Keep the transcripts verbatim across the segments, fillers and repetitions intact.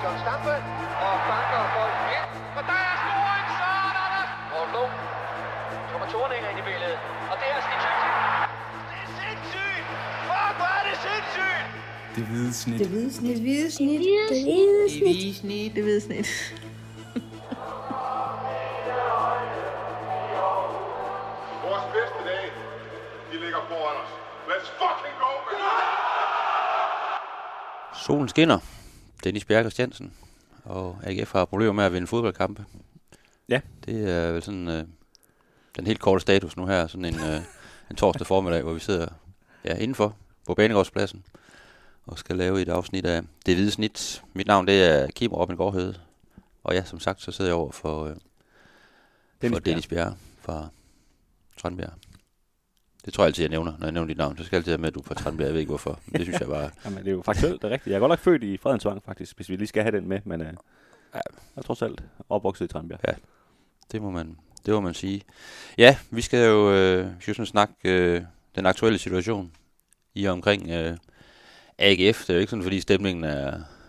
John Stampe og banker bolden ind. Og der er scoring, så er der! Poul Blom. Kommer Thorninger ind i billedet. Og det er sindssygt. Det er sindssygt! Fuck, hvor er det sindssygt! Det hvide snit. Det hvide snit. Det hvide snit. Det hvide snit. Det hvide snit. Det hvide snit. Vores bedste dage, de ligger foran os. Let's fucking go, man! Solen skinner. Dennis Bjerre Christiansen. Og A G F har problemer med at vinde fodboldkampe. Ja. Det er vel sådan øh, den helt korte status nu her. Sådan en, øh, en torsdag formiddag, hvor vi sidder ja, indenfor på Banegårdspladsen. Og skal lave et afsnit af Det Hvide Snit. Mit navn det er Kim Robin Gårdhede. Og ja, som sagt, så sidder jeg over for, øh, Dennis for Dennis Bjerre fra Tranbjerg. Det tror jeg altid, jeg nævner, når jeg nævner dit navn. Så skal jeg altid have med, at du er fra Tranbjerg. Jeg ved ikke hvorfor. Det synes jeg bare... Jamen, det er jo faktuelt, det er rigtigt. Jeg er godt nok født i Fredensvang, faktisk, hvis vi lige skal have den med. Men øh, ja, jeg er trods alt opvokset i Tranbjerg. Ja, det må man, det må man sige. Ja, vi skal jo øh, vi skal sådan snakke øh, den aktuelle situation i og omkring øh, A G F. Det er jo ikke sådan, fordi stemningen er,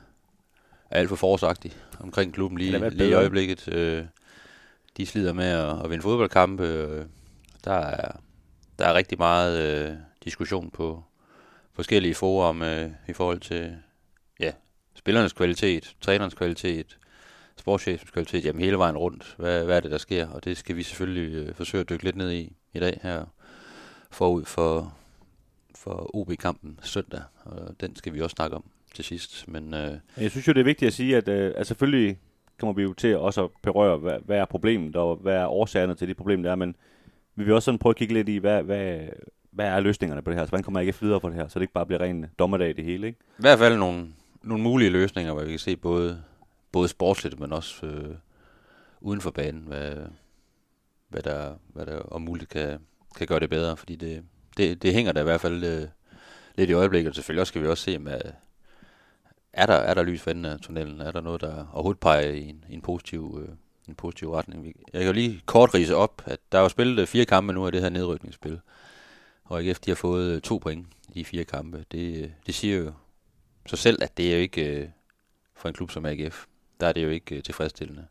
er alt for forårsagtig omkring klubben lige, lige i øjeblikket. Øh, de slider med at, at vinde fodboldkampe. Øh, der, er, der er rigtig meget øh, diskussion på forskellige forum øh, i forhold til ja, spillernes kvalitet, trænernes kvalitet, sportschefens kvalitet, jamen hele vejen rundt. Hvad, hvad er det, der sker? Og det skal vi selvfølgelig øh, forsøge at dykke lidt ned i i dag her forud for, for O B-kampen søndag. Og den skal vi også snakke om til sidst. Men, øh, jeg synes jo, det er vigtigt at sige, at, øh, at selvfølgelig kommer vi jo til også at berøre, hvad, hvad er problemet, og hvad er årsagerne til det problem, der er, men vi vil også sådan prøve at kigge lidt i, hvad, hvad, hvad er løsningerne på det her? Så hvordan kommer jeg ikke videre for det her, så det ikke bare bliver ren dommerdag det hele, ikke? I hvert fald nogle, nogle mulige løsninger, hvor vi kan se både, både sportsligt, men også øh, uden for banen, hvad, hvad, der, hvad der om muligt kan, kan gøre det bedre, fordi det, det, det hænger der i hvert fald øh, lidt i øjeblikket, og selvfølgelig også skal vi også se, med, er der, er der lys for enden af tunnelen, er der noget, der overhovedet peger i en, i en positiv øh, en positiv retning. Jeg kan jo lige kort rise op, at der er jo spillet fire kampe nu af det her nedrykningsspil. Og A G F, de har fået to point i de fire kampe. Det, det siger jo sig selv, at det er jo ikke, for en klub som A G F, der er det jo ikke tilfredsstillende.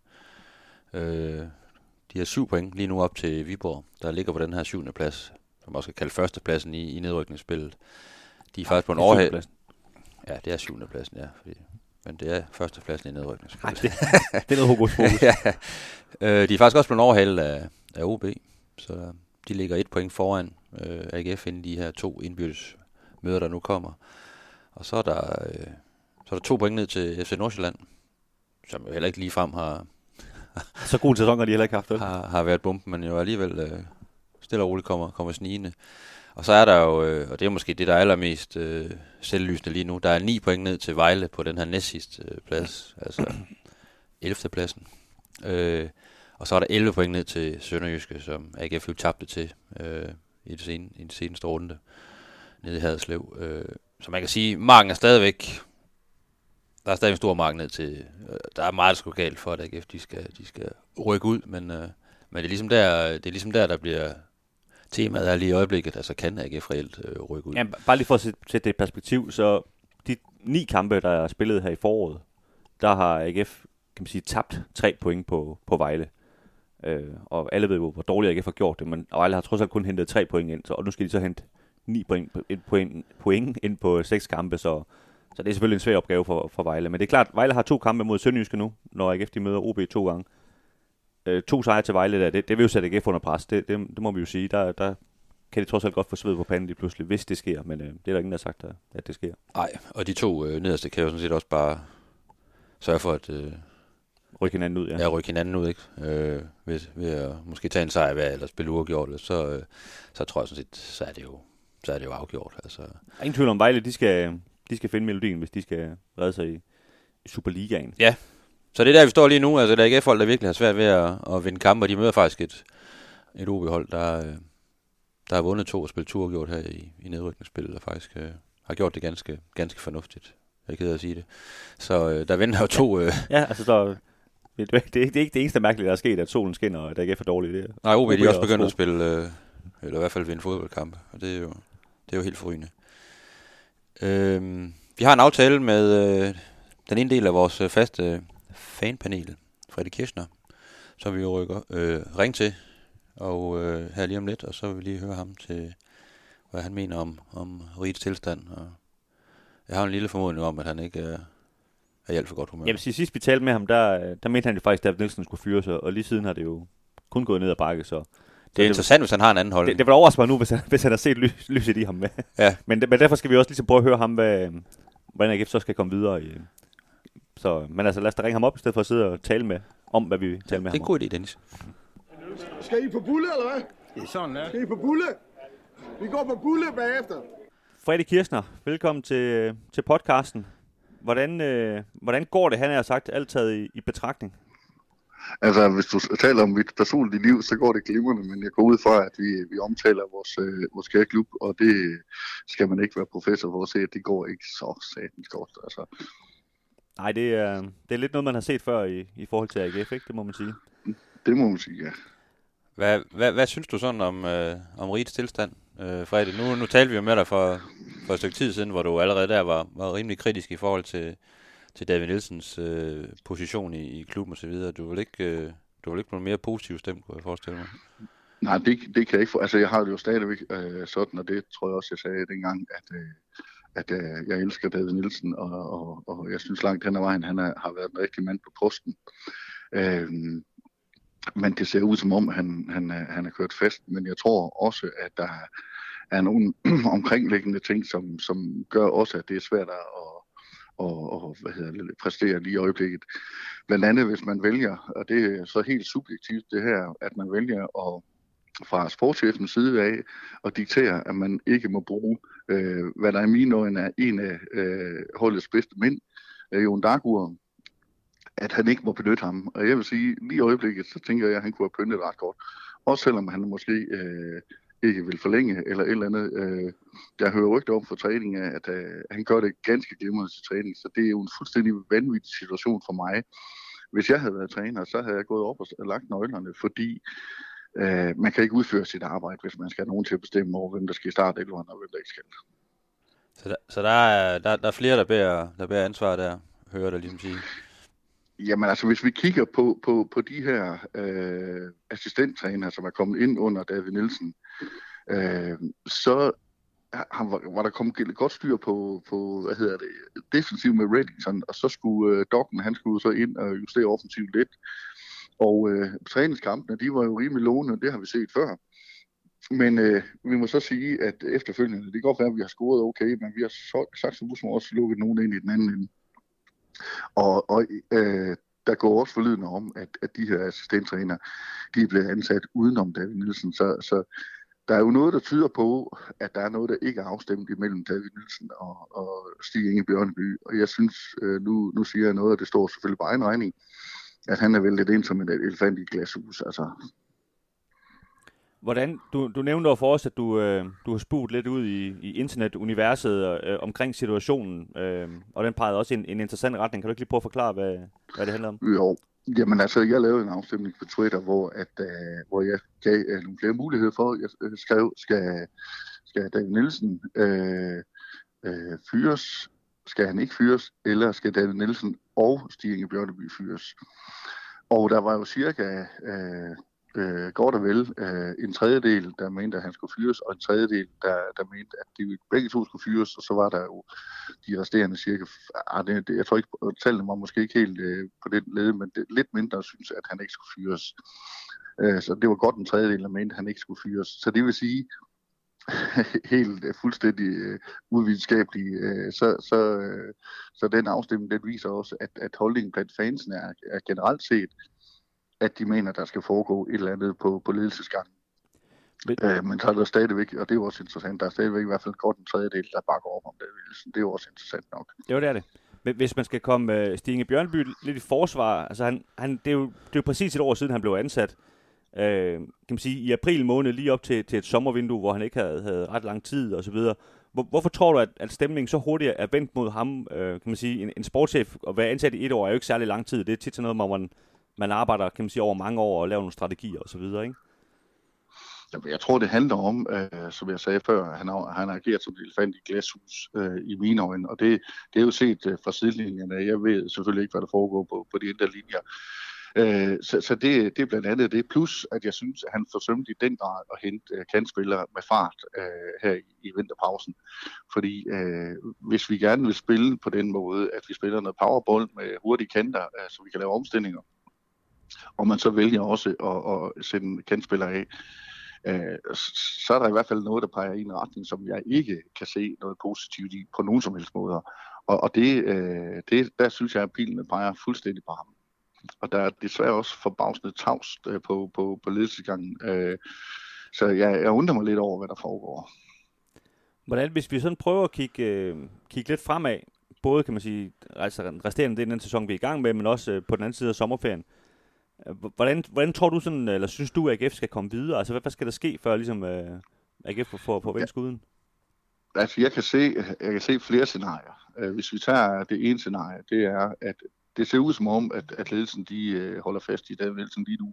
De har syv point lige nu op til Viborg, der ligger på den her syvende plads, som også kan kalde førstepladsen i, i nedrykningsspillet. De er faktisk på en overhæld. Ja, det er syvende pladsen, ja. Fordi men det er førstepladsen i nedrykningsspillet. Det, det er noget hokus pokus. Ja. øh, de er faktisk også blevet overhalet af, af O B, så de ligger et point foran øh, A G F inden de her to indbyrdes møder, der nu kommer. Og så er der, øh, så er der to point ned til F C Nordsjælland, som jo heller ikke ligefrem har... så god sæson har de heller ikke haft, har, har været bomben, men jo alligevel øh, stille og roligt kommer, kommer snigende. Og så er der jo, øh, og det er måske det, der er allermest øh, selvlysende lige nu, der er ni point ned til Vejle på den her næstsidste øh, plads, altså ellevte pladsen. Øh, og så er der elleve point ned til Sønderjyske, som A G F jo tabte til øh, i, det sen, i den seneste runde nede i Haderslev. Øh, så man kan sige, marken er stadigvæk, der er stadig en stor mark ned til, øh, der er meget, der skal galt for, at A G F de skal, de skal rykke ud, men, øh, men det er ligesom der, det er ligesom der, der bliver... Temaet er lige i øjeblikket, altså kan A G F reelt øh, rykke ud. Ja, bare lige for at sætte det i perspektiv, så de ni kampe, der er spillet her i foråret, der har A G F, kan man sige, tabt tre point på, på Vejle. Øh, og alle ved jo, hvor dårligt A G F har gjort det, men Vejle har trods alt kun hentet tre point ind, så, og nu skal de så hente ni point, point, point ind på seks kampe, så, så det er selvfølgelig en svær opgave for, for Vejle. Men det er klart, Vejle har to kampe mod Sønderjyske nu, når A G F de møder O B to gange. Øh, to sejre til Vejle der, det, det vil jo sætte A G F under pres, det, det, det må vi jo sige. Der, der kan det trods alt godt få sved på panden lige pludselig, hvis det sker, men øh, det er der ingen, der har sagt, at det sker. Nej, og de to øh, nederste kan jo sådan set også bare sørge for at øh, rykke hinanden ud, ja. Ja, rykke hinanden ud, ikke? Øh, ved, ved at måske tage en sejr hver, eller spille uafgjort, så, øh, så tror jeg sådan set, så er det jo, så er det jo afgjort. Altså. Der er ingen tvivl om, Vejle, de skal, de skal finde melodien, hvis de skal redde sig i, i Superligaen. Ja, så det er der, vi står lige nu. Altså, der er A G F-hold, der virkelig har svært ved at, at vinde kampe, og de møder faktisk et, et O B-hold, der, der har vundet to og spillet to uafgjort her i, i nedrykningsspillet, og faktisk øh, har gjort det ganske, ganske fornuftigt. Jeg er ked af at sige det. Så øh, der venter jo to... Øh, ja, altså, der, det, det, det er ikke det eneste mærkelige, der er sket, at solen skinner, og der ikke er for dårligt. Det. Nej, O B, de er også begyndt at spille, øh, eller i hvert fald vinde fodboldkampe, og det er jo, det er jo helt forrygende. Øh, vi har en aftale med... Øh, den ene del af vores øh, faste fanpanel, Freddy Kirchner, som vi jo rykker øh, ring til, og øh, her lige om lidt, og så vil vi lige høre ham til, hvad han mener om, om rigets tilstand. Og jeg har en lille formodning om, at han ikke er, er i alt for godt humør. Jamen, sidst vi talte med ham, der, der mente han jo faktisk, at David Nielsen skulle fyre sig, og lige siden har det jo kun gået ned ad bakke, så... Det er interessant, hvis han har en anden holdning. Det, det vil overraske mig nu, hvis han, hvis han har set lys, lyset i ham med. Ja. men, men derfor skal vi også ligesom prøve at høre ham, hvad, hvordan A G F så skal komme videre. I, så, men altså, lad os da ringe ham op, i stedet for at sidde og tale med, om, hvad vi taler med ham om. Det er en god idé, Dennis. Skal I på bulle, eller hvad? Det er sådan, ja. Skal I på bulle? Vi går på bulle bagefter. Freddy Kirchner, velkommen til, til podcasten. Hvordan, øh, hvordan går det, han har sagt, alt taget i, i betragtning? Altså, hvis du taler om mit personlige liv, så går det glimrende, men jeg går ud fra, at vi, vi omtaler vores, øh, vores kære klub, og det skal man ikke være professor for at se, at det går ikke så satans godt. Altså. Nej, det er, det er lidt noget, man har set før i, i forhold til A G F, ikke? Det må man sige. Det må man sige, ja. Hvad, hvad, hvad synes du sådan om, øh, om rigets tilstand, øh, Freddy? Nu, nu talte vi jo med dig for, for et stykke tid siden, hvor du allerede der var, var rimelig kritisk i forhold til, til David Nielsens øh, position i, i klubben og så videre. Du vil ikke, øh, du vil ikke blive mere positiv stemt, kunne jeg forestille mig. Nej, det, det kan jeg ikke få. Altså, jeg har det jo stadigvæk øh, sådan, og det tror jeg også, jeg sagde dengang, at, øh, at øh, jeg elsker David Nielsen, og, og, og jeg synes langt hen ad vejen, han er, har været en rigtig mand på posten. Øh, men det ser ud som om, han, han, han er kørt fast, men jeg tror også, at der er nogle omkringliggende ting, som, som gør også, at det er svært at og, og hvad hedder det, præstere lige i øjeblikket. Blandt andet, hvis man vælger, og det er så helt subjektivt det her, at man vælger at fra sportschefens side af at diktere, at man ikke må bruge, øh, hvad der i mine øjne er en af øh, holdets bedste mænd, øh, Jon Dagur, at han ikke må benytte ham. Og jeg vil sige, lige i øjeblikket, så tænker jeg, at han kunne have pyntet ret godt. Også selvom han måske øh, ikke vil forlænge, eller et eller andet. Øh, jeg hører rygter om for træning af, at øh, han gør det ganske glimrende til træning, så det er jo en fuldstændig vanvittig situation for mig. Hvis jeg havde været træner, så havde jeg gået op og lagt nøglerne, fordi øh, man kan ikke udføre sit arbejde, hvis man skal have nogen til at bestemme over, hvem der skal starte eller og hvem der ikke skal. Så der, så der, er, der, der er flere, der bærer, der bærer ansvar der, hører der ligesom sige. Jamen altså, hvis vi kigger på, på, på de her øh, assistenttræner, som er kommet ind under David Nielsen, øh, så han var, var der kommet godt styr på, på hvad hedder det, defensiv med Reddington, og så skulle øh, Dokken, han skulle så ind og justere offensivt lidt. Og øh, træningskampene, de var jo rimelig lovende, det har vi set før. Men øh, vi må så sige, at efterfølgende, det kan godt være, at vi har scoret okay, men vi har så, sagt som også lukket nogen ind i den anden ende. Og, og øh, der går også forlydende om, at, at de her assistenttræner, de er blevet ansat udenom David Nielsen. Så, så der er jo noget, der tyder på, at der er noget, der ikke er afstemt imellem David Nielsen og, og Stig Inge Bjørneby. Og jeg synes, øh, nu, nu siger jeg noget, og det står selvfølgelig på egen regning, at han er væltet ind som en elefant i et glashus. Altså. Hvordan, du, du nævnte over for os, at du, øh, du har spurgt lidt ud i, i internetuniverset øh, omkring situationen, øh, og den pegede også i en, en interessant retning. Kan du ikke lige prøve at forklare, hvad, hvad det handler om? Jo, jamen altså, jeg lavede en afstemning på Twitter, hvor, at, øh, hvor jeg gav øh, nogle flere muligheder for, jeg øh, skrev, skal, skal David Nielsen øh, øh, fyres, skal han ikke fyres, eller skal David Nielsen og Stig Inge Bjørneby fyres? Og der var jo cirka... Øh, Øh, godt og vel øh, en tredjedel, der mente, at han skulle fyres, og en tredjedel, der, der mente, at de begge to skulle fyres, og så var der jo de resterende cirka, ah, det, det, jeg tror ikke, tallene var måske ikke helt øh, på det led, men det, lidt mindre synes, at han ikke skulle fyres. Øh, så det var godt en tredjedel, der mente, at han ikke skulle fyres. Så det vil sige, helt øh, fuldstændig øh, uvidenskabeligt, øh, så, så, øh, så den afstemning, den viser også, at, at holdningen blandt fansen er, er generelt set, at de mener, der skal foregå et eller andet på, på ledelsesgangen. Men, øh, men så er der stadigvæk, og det er jo også interessant, der er stadigvæk i hvert fald godt en tredjedel, der bakker op om det. Det er jo også interessant nok. Jo, det er det. Men hvis man skal komme uh, Stig Inge Bjørneby lidt i forsvar, altså han, han, det, er jo, det er jo præcis et år siden, han blev ansat. Uh, kan man sige, i april måned, lige op til, til et sommervindue, hvor han ikke havde, havde ret lang tid og så videre. Hvor, hvorfor tror du, at, at stemningen så hurtigt er vendt mod ham? Uh, kan man sige, en, en sportschef at være ansat i et år er jo ikke særlig lang tid. Det er tit sådan noget, hvor man man arbejder, kan man sige, over mange år og laver nogle strategier og så videre, ikke? Jeg tror, det handler om, øh, som jeg sagde før, han har, han har ageret som en elefant i glashus øh, i mine øjne, og det, det er jo set øh, fra sidelinjerne. Jeg ved selvfølgelig ikke, hvad der foregår på, på de indre linjer. Øh, så så det, det er blandt andet det. Plus, at jeg synes, at han forsømte i den grad at hente øh, kantspillere med fart øh, her i, i vinterpausen. Fordi øh, hvis vi gerne vil spille på den måde, at vi spiller noget powerball med hurtige kanter, øh, så vi kan lave omstillinger, og man så vælger også at, at sende kantspillere af, øh, så er der i hvert fald noget, der peger i en retning, som jeg ikke kan se noget positivt i på nogen som helst måder. Og, og det, øh, det, der synes jeg, at pilene peger fuldstændig på ham. Og der er desværre også forbavsende tavst øh, på, på, på ledelsesgangen. Øh, så jeg, jeg undrer mig lidt over, hvad der foregår. Hvordan, hvis vi sådan prøver at kigge, øh, kigge lidt fremad, både kan man sige, altså resterende del af den sæson, vi er i gang med, men også øh, på den anden side af sommerferien. Hvordan, hvordan tror du sådan, eller synes du, at A G F skal komme videre? Altså, hvad, hvad skal der ske, før ligesom øh, A G F får på vendskuden? Ja, altså, jeg kan se, jeg kan se flere scenarier. Hvis vi tager det ene scenarie, det er, at det ser ud som om, at, at ledelsen de øh, holder fast i David Nielsen lige nu.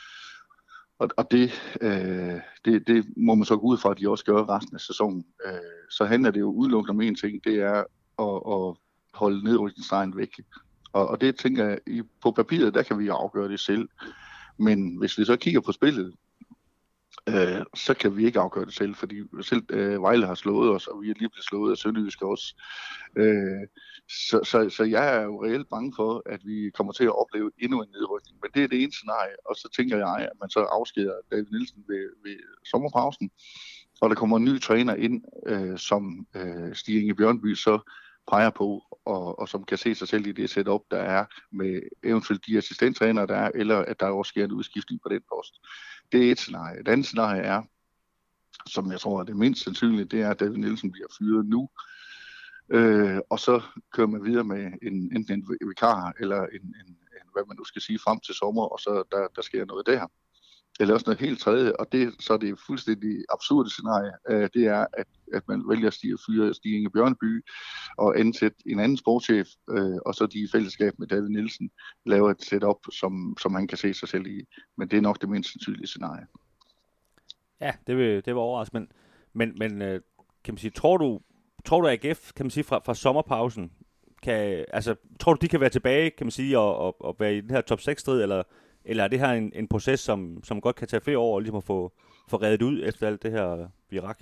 Og, og det, øh, det, det må man så gå ud fra, at de også gør resten af sæsonen. Øh, så handler det jo udelukkende om en ting, det er at, at holde nedrykningsstregen væk. Og, og det tænker jeg, i, på papiret, der kan vi afgøre det selv. Men hvis vi så kigger på spillet, øh, så kan vi ikke afgøre det selv, fordi selv øh, Vejle har slået os, og vi er lige blevet slået af Sønderjyske også. Øh, så, så, så jeg er jo reelt bange for, at vi kommer til at opleve endnu en nedrykning. Men det er det ene scenarie, og så tænker jeg, at man så afskeder David Nielsen ved, ved sommerpausen, og der kommer en ny træner ind, øh, som øh, Stig Inge Bjørnby så peger på, og, og som kan se sig selv i det setup, der er med eventuelt de assistenttrænere, der er, eller at der også sker en udskiftning på den post. Det er et scenarie. Et andet scenarie er, som jeg tror er det mindst sandsynlige, det er, at David Nielsen bliver fyret nu, øh, og så kører man videre med en, enten en vikar, eller en, en, en, hvad man nu skal sige, frem til sommer, og så der, der sker noget der. Eller også noget helt tredje, og det, så er det fuldstændig absurde scenarie, øh, det er, at, at man vælger at stige, fyre Stig Inge Bjørneby og ansætte en anden sportschef, øh, og så de i fællesskab med David Nielsen laver et setup, som, som han kan se sig selv i. Men det er nok det mindst sandsynlige scenarie. Ja, det vil, det var overraskende. Men, men, men øh, kan man sige, tror du, tror du A G F, kan man sige, fra, fra sommerpausen, kan, altså, tror du, de kan være tilbage, kan man sige, og, og, og være i den her top seks-strid, eller Eller er det her en, en proces, som, som godt kan tage flere år, og ligesom at få, få reddet ud efter alt det her virak?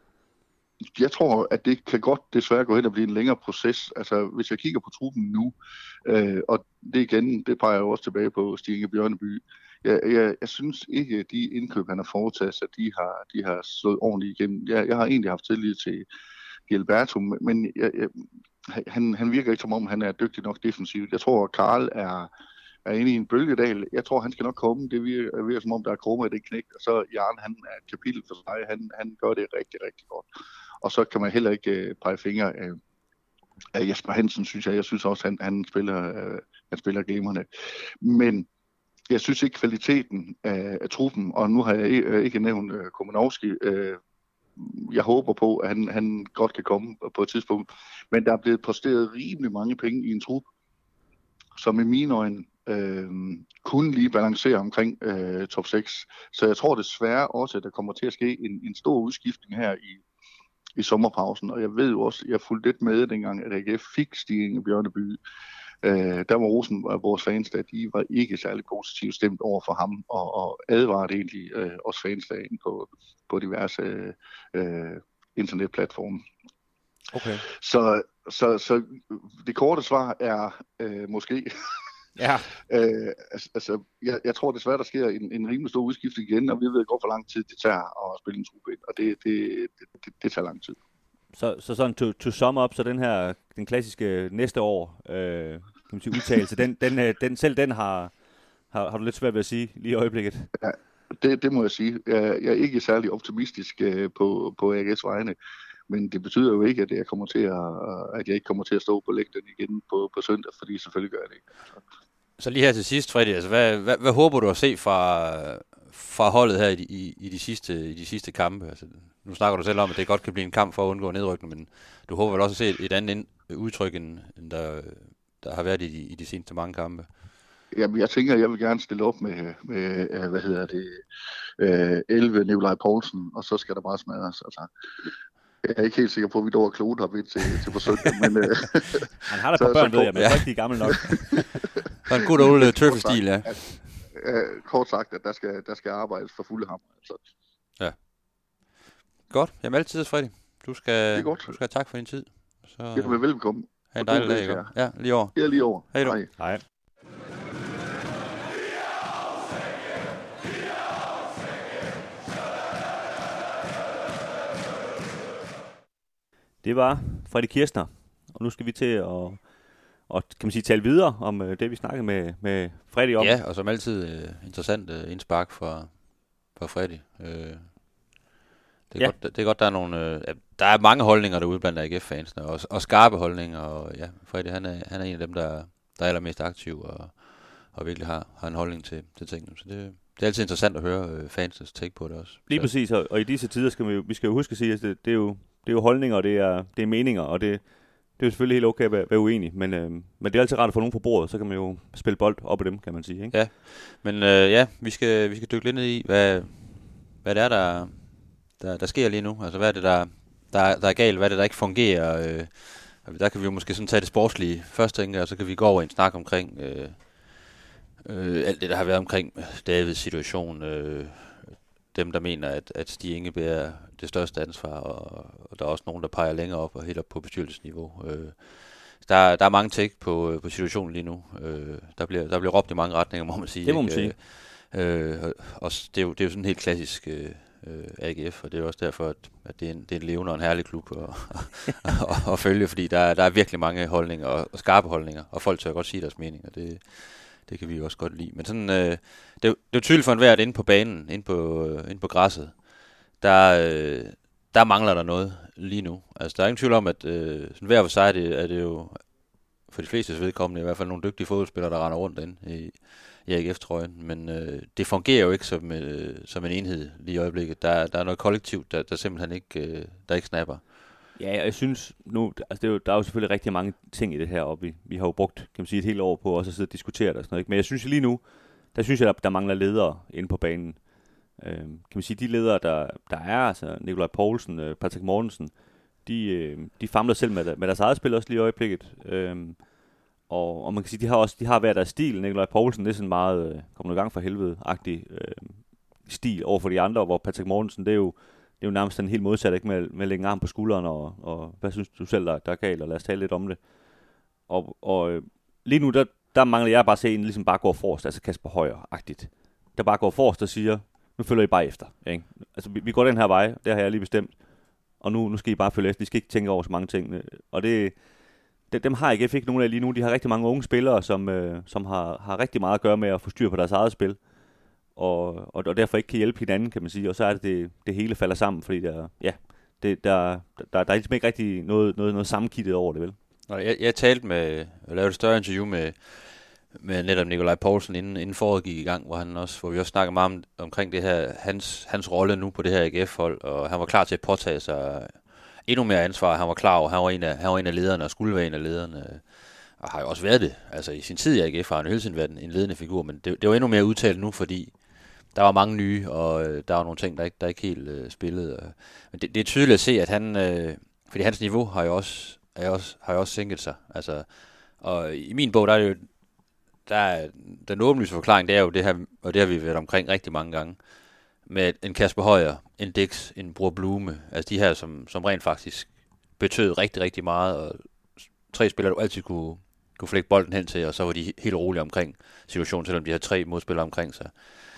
Jeg tror, at det kan godt desværre gå hen og blive en længere proces. Altså, hvis jeg kigger på truppen nu, øh, og det igen, det peger jo også tilbage på Stig Inge Bjørneby. Jeg, jeg, jeg synes ikke, at de indkøb, han har foretaget sig, de har, de har slået ordentligt igennem. Jeg, jeg har egentlig haft tillid til Gilberto, men jeg, jeg, han, han virker ikke som om, han er dygtig nok defensivt. Jeg tror, at Karl er... er inde i en bølgedal. Jeg tror, han skal nok komme. Det virker, virker som om, der er krummer i det knæk. Og så Jan, han er et kapitel for sig. Han, han gør det rigtig, rigtig godt. Og så kan man heller ikke uh, pege fingre af, af Jesper Hansen, synes jeg. Jeg synes også, han, han spiller, uh, han spiller glimrende. Men jeg synes ikke kvaliteten af, af truppen, og nu har jeg uh, ikke nævnt uh, Komanowski. Uh, jeg håber på, at han, han godt kan komme på et tidspunkt. Men der er blevet posteret rimelig mange penge i en trup, som i mine øjne øh, kunne lige balancere omkring øh, top seks. Så jeg tror desværre også, at der kommer til at ske en, en stor udskiftning her i, i sommerpausen. Og jeg ved jo også, jeg fulgte lidt med dengang, at A G F fik Stig Inge Bjørneby. Øh, der var Rosen, vores fans, der de var ikke særlig positivt stemt over for ham, og, og advarede egentlig øh, os fans derinde på, på diverse øh, internetplatforme. Okay. Så, så, så det korte svar er øh, måske. Ja. øh, altså, jeg, jeg tror desværre, der sker en, en rimelig stor udskiftning igen, og vi ved godt, hvor lang tid det tager at spille en trup ind, og det, det, det, det tager lang tid. Så, så sådan to, to sum up, så den her, den klassiske næste år, øh, kan man sige, udtalelse, den, den, den, selv den har, har, har du lidt svært ved at sige lige i øjeblikket. Ja, det, det må jeg sige. Jeg, jeg er ikke særlig optimistisk øh, på, på A G F's vegne. Men det betyder jo ikke, at jeg kommer til at, at jeg ikke kommer til at stå på lægten igen på, på søndag, fordi selvfølgelig gør jeg det ikke. Så lige her til sidst, Freddy, altså hvad, hvad, hvad håber du at se fra, fra holdet her i de, i, i de sidste, i de sidste kampe? Altså, nu snakker du selv om, at det godt kan blive en kamp for at undgå nedrykning, men du håber vel også at se et, et andet ind, udtryk, end, end der, der har været i de, i de seneste mange kampe? Jamen, jeg tænker, at jeg vil gerne stille op med, med hvad hedder det, øh, elleve Nikolaj Poulsen, og så skal der bare smadres. Altså, jeg er ikke helt sikker på, at vi dog er klogt op til, til på søndag, men... Øh, han har da på børn, ved jeg, men jeg er ikke gammel nok. Det er en god old tøffestil, ja. At, øh, kort sagt, at der skal, der skal arbejdes for fulde hammer. Altså. Ja. Godt. Jamen altid, Freddy. Du skal, du skal have tak for din tid. Så... Det er velkommen. Ha' en dejlig dag, ikke? Ja, lige over. Ja, lige over. Hej du. Hej. Hej. Det var Freddy Kirchner, og nu skal vi til at og, kan man sige, tale videre om uh, det, vi snakkede med, med Freddy om. Ja, og som altid uh, interessant uh, indspark fra, fra Freddy. Uh, det, er ja. godt, det er godt, der er nogle... Uh, der er mange holdninger derude blandt A G F-fansene, og, og skarpe holdninger, og ja, Freddy, han er, han er en af dem, der, der er allermest aktiv, og, og virkelig har, har en holdning til, til tingene. Så det, det er altid interessant at høre uh, fansens take på det også. Lige så. Præcis, og, og i disse tider skal vi, vi skal jo huske at sige, at det, det er jo det er jo holdninger, og det er, det er meninger, og det, det er jo selvfølgelig helt okay at være, være uenig, men, øh, men det er altid rart at få nogen på bordet, så kan man jo spille bold op af dem, kan man sige. Ikke? Ja, men øh, ja, vi skal, vi skal dykke lidt ned i, hvad, hvad det er, der, der, der sker lige nu. Altså, hvad er det, der, der, der er galt, hvad er det, der ikke fungerer. Øh, der kan vi jo måske sådan tage det sportslige først, tænker jeg, og så kan vi gå over i en snak omkring øh, øh, alt det, der har været omkring Davids situation, øh, dem, der mener, at, at Stig Inge bærer det største ansvar, og, og der er også nogen, der peger længere op og helt op på bestyrelsesniveau. Øh, der, der er mange take på, på situationen lige nu. Øh, der, bliver, der bliver råbt i mange retninger, må man sige. Det må man sige. Øh, og, og det, er jo, det er jo sådan en helt klassisk øh, A G F, og det er også derfor, at, at det, er en, det er en levende og en herlig klub at, at, at følge, fordi der, der er virkelig mange holdninger, og, og skarpe holdninger, og folk tør godt sige deres mening, og det, det kan vi jo også godt lide. Men sådan, øh, det, er jo, det er jo tydeligt for enhver, at inde på banen, inde på, øh, inde på græsset, der, øh, der mangler der noget lige nu. Altså, der er ingen tvivl om, at øh, sådan hver for sig er det, er det jo, for de flestes vedkommende, i hvert fald nogle dygtige fodboldspillere, der render rundt inde i, i A G F-trøjen. Men øh, det fungerer jo ikke som, øh, som en enhed lige i øjeblikket. Der, der er noget kollektivt, der, der simpelthen ikke, øh, der ikke snapper. Ja, og jeg synes nu, altså det er jo, der er jo selvfølgelig rigtig mange ting i det her, og vi, vi har jo brugt, kan man sige, et helt år på også at sidde og diskutere det og sådan noget. Ikke? Men jeg synes lige nu, der synes jeg, der, der mangler ledere inde på banen. Øh, kan man sige, de ledere, der, der er, altså Nikolaj Poulsen, øh, Patrick Mortensen, de, øh, de famler selv med, med deres eget spil også lige i øjeblikket. Øh, og, og man kan sige, de har også de har hver deres stil. Nikolaj Poulsen, det er sådan meget, øh, kom nu i gang for helvede-agtig øh, stil over for de andre, hvor Patrick Mortensen, det er jo Det er jo nærmest en helt modsat, ikke, med, med at lægge en arm på skulderen, og, og hvad synes du selv, der, der er galt, og lad os tale lidt om det. Og, og øh, lige nu, der, der mangler jeg bare at se en, ligesom bare går forrest, altså Kasper Højer-agtigt. Der bare går forrest og siger, nu følger I bare efter. Ikke? Altså, vi, vi går den her vej, det har jeg lige bestemt, og nu, nu skal I bare følge efter, I skal ikke tænke over så mange ting. Og det, det dem har A G F ikke nogen af lige nu. De har rigtig mange unge spillere, som, øh, som har, har rigtig meget at gøre med at få styr på deres eget spil. Og, og, og derfor ikke kan hjælpe hinanden, kan man sige, og så er det, det, det hele falder sammen, fordi der, ja, det, der, der, der er ligesom ikke rigtig noget, noget, noget sammenkittet over det, vel? Jeg, jeg talte med, jeg lavede et større interview med, med netop Nikolaj Poulsen, inden, inden foråret gik i gang, hvor, han også, hvor vi også snakkede meget om, omkring det her, hans, hans rolle nu på det her A G F-hold, og han var klar til at påtage sig endnu mere ansvar. Han var klar over, han var en af, han var en af lederne, og skulle være en af lederne, og har jo også været det. Altså i sin tid i A G F har han hele tiden været en, en ledende figur, men det, det var endnu mere udtalt nu, fordi der var mange nye, og øh, der var nogle ting, der ikke, der ikke helt øh, spillede. Øh. Men det, det er tydeligt at se, at han, øh, fordi hans niveau har jo også, er også, har jo også sænket sig. Altså, og i min bog, der er det jo, der er, den åbenlyse forklaring, det er jo det her, og det har vi været omkring rigtig mange gange, med en Kasper Højer, en Dix, en Bror Blume, altså de her, som, som rent faktisk betød rigtig, rigtig meget, og tre spillere, du altid kunne, kunne flække bolden hen til, og så var de helt rolige omkring situationen, selvom de havde tre modspillere omkring sig.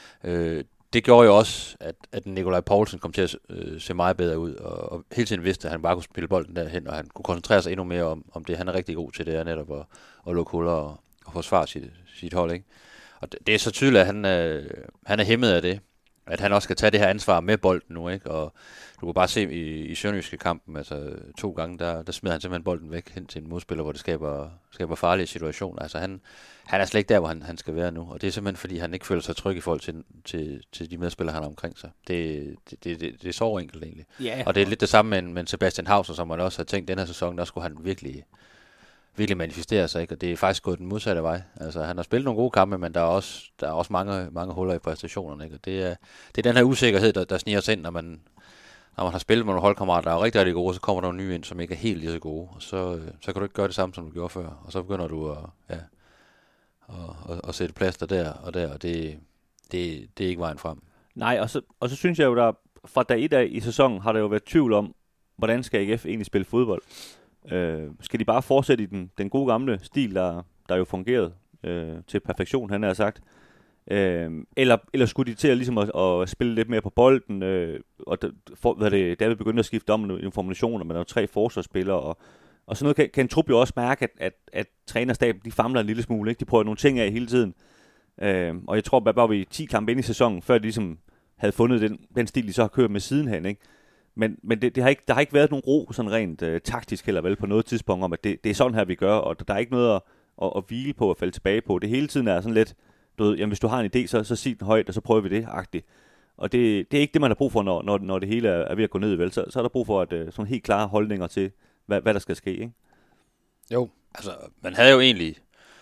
Øh, det gjorde jo også, at, at Nikolaj Poulsen kom til at øh, se meget bedre ud, og, og hele tiden vidste, at han bare kunne spille bolden derhen, og han kunne koncentrere sig endnu mere om, om det. Han er rigtig god til det, er netop at, at lukke huller og, og forsvare sit, sit hold, ikke? Og det, det er så tydeligt, at han, øh, han er hæmmet af det, at han også skal tage det her ansvar med bolden nu, ikke? Og du kan bare se i, i Sønderjyske kampen, altså to gange, der, der smider han simpelthen bolden væk hen til en modspiller, hvor det skaber, skaber farlige situationer. Altså han, han er slet ikke der, hvor han, han skal være nu, og det er simpelthen, fordi han ikke føler sig tryg i forhold til, til, til de medspillere, han har omkring sig. Det, det, det, det, det er så enkelt egentlig. Yeah. Og det er lidt det samme med, med Sebastian Hauser, som man også har tænkt, den her sæson, der skulle han virkelig, virkelig manifesterer sig, ikke? Og det er faktisk gået den modsatte vej. Altså, han har spillet nogle gode kampe, men der er også, der er også mange, mange huller i præstationerne, ikke? Og det er, det er den her usikkerhed, der, der sniger sig ind, når man, når man har spillet med nogle holdkammerater, der er rigtig, rigtig gode, så kommer der nogle nye ind, som ikke er helt lige så gode. Og så, så kan du ikke gøre det samme, som du gjorde før. Og så begynder du at, ja, at, at, at sætte plaster der og der, og det, det, det er ikke vejen frem. Nej, og så, og så synes jeg jo, der fra dag et af i sæsonen har der jo været tvivl om, hvordan skal A G F egentlig spille fodbold. Øh, skal de bare fortsætte i den, den gode gamle stil, der, der jo fungerede øh, til perfektion, han har sagt. Øh, eller, eller skulle de til at, ligesom at, at spille lidt mere på bolden, øh, og der, for, hvad det, der vil begynde at skifte om nogle informationer, men der er jo tre forsvarsspillere, og, og sådan noget kan, kan en trup jo også mærke, at, at, at trænerstaben, de famler en lille smule, ikke? De prøver nogle ting af hele tiden. Øh, og jeg tror, bare var vi ti kampe ind i sæsonen, før de ligesom havde fundet den, den stil, de så har kørt med sidenhen, ikke? Men, men det, det har ikke, der har ikke været nogen ro sådan rent øh, taktisk heller vel på noget tidspunkt om, at det, det er sådan her, vi gør, og der er ikke noget at, at, at hvile på og falde tilbage på. Det hele tiden er sådan lidt, du ved, jamen hvis du har en idé, så, så sig den højt, og så prøver vi det, agtigt. Og det, det er ikke det, man har brug for, når, når, når det hele er, er ved at gå ned, vel? Så, så er der brug for at, sådan helt klare holdninger til, hvad, hvad der skal ske, ikke? Jo, altså man havde jo egentlig,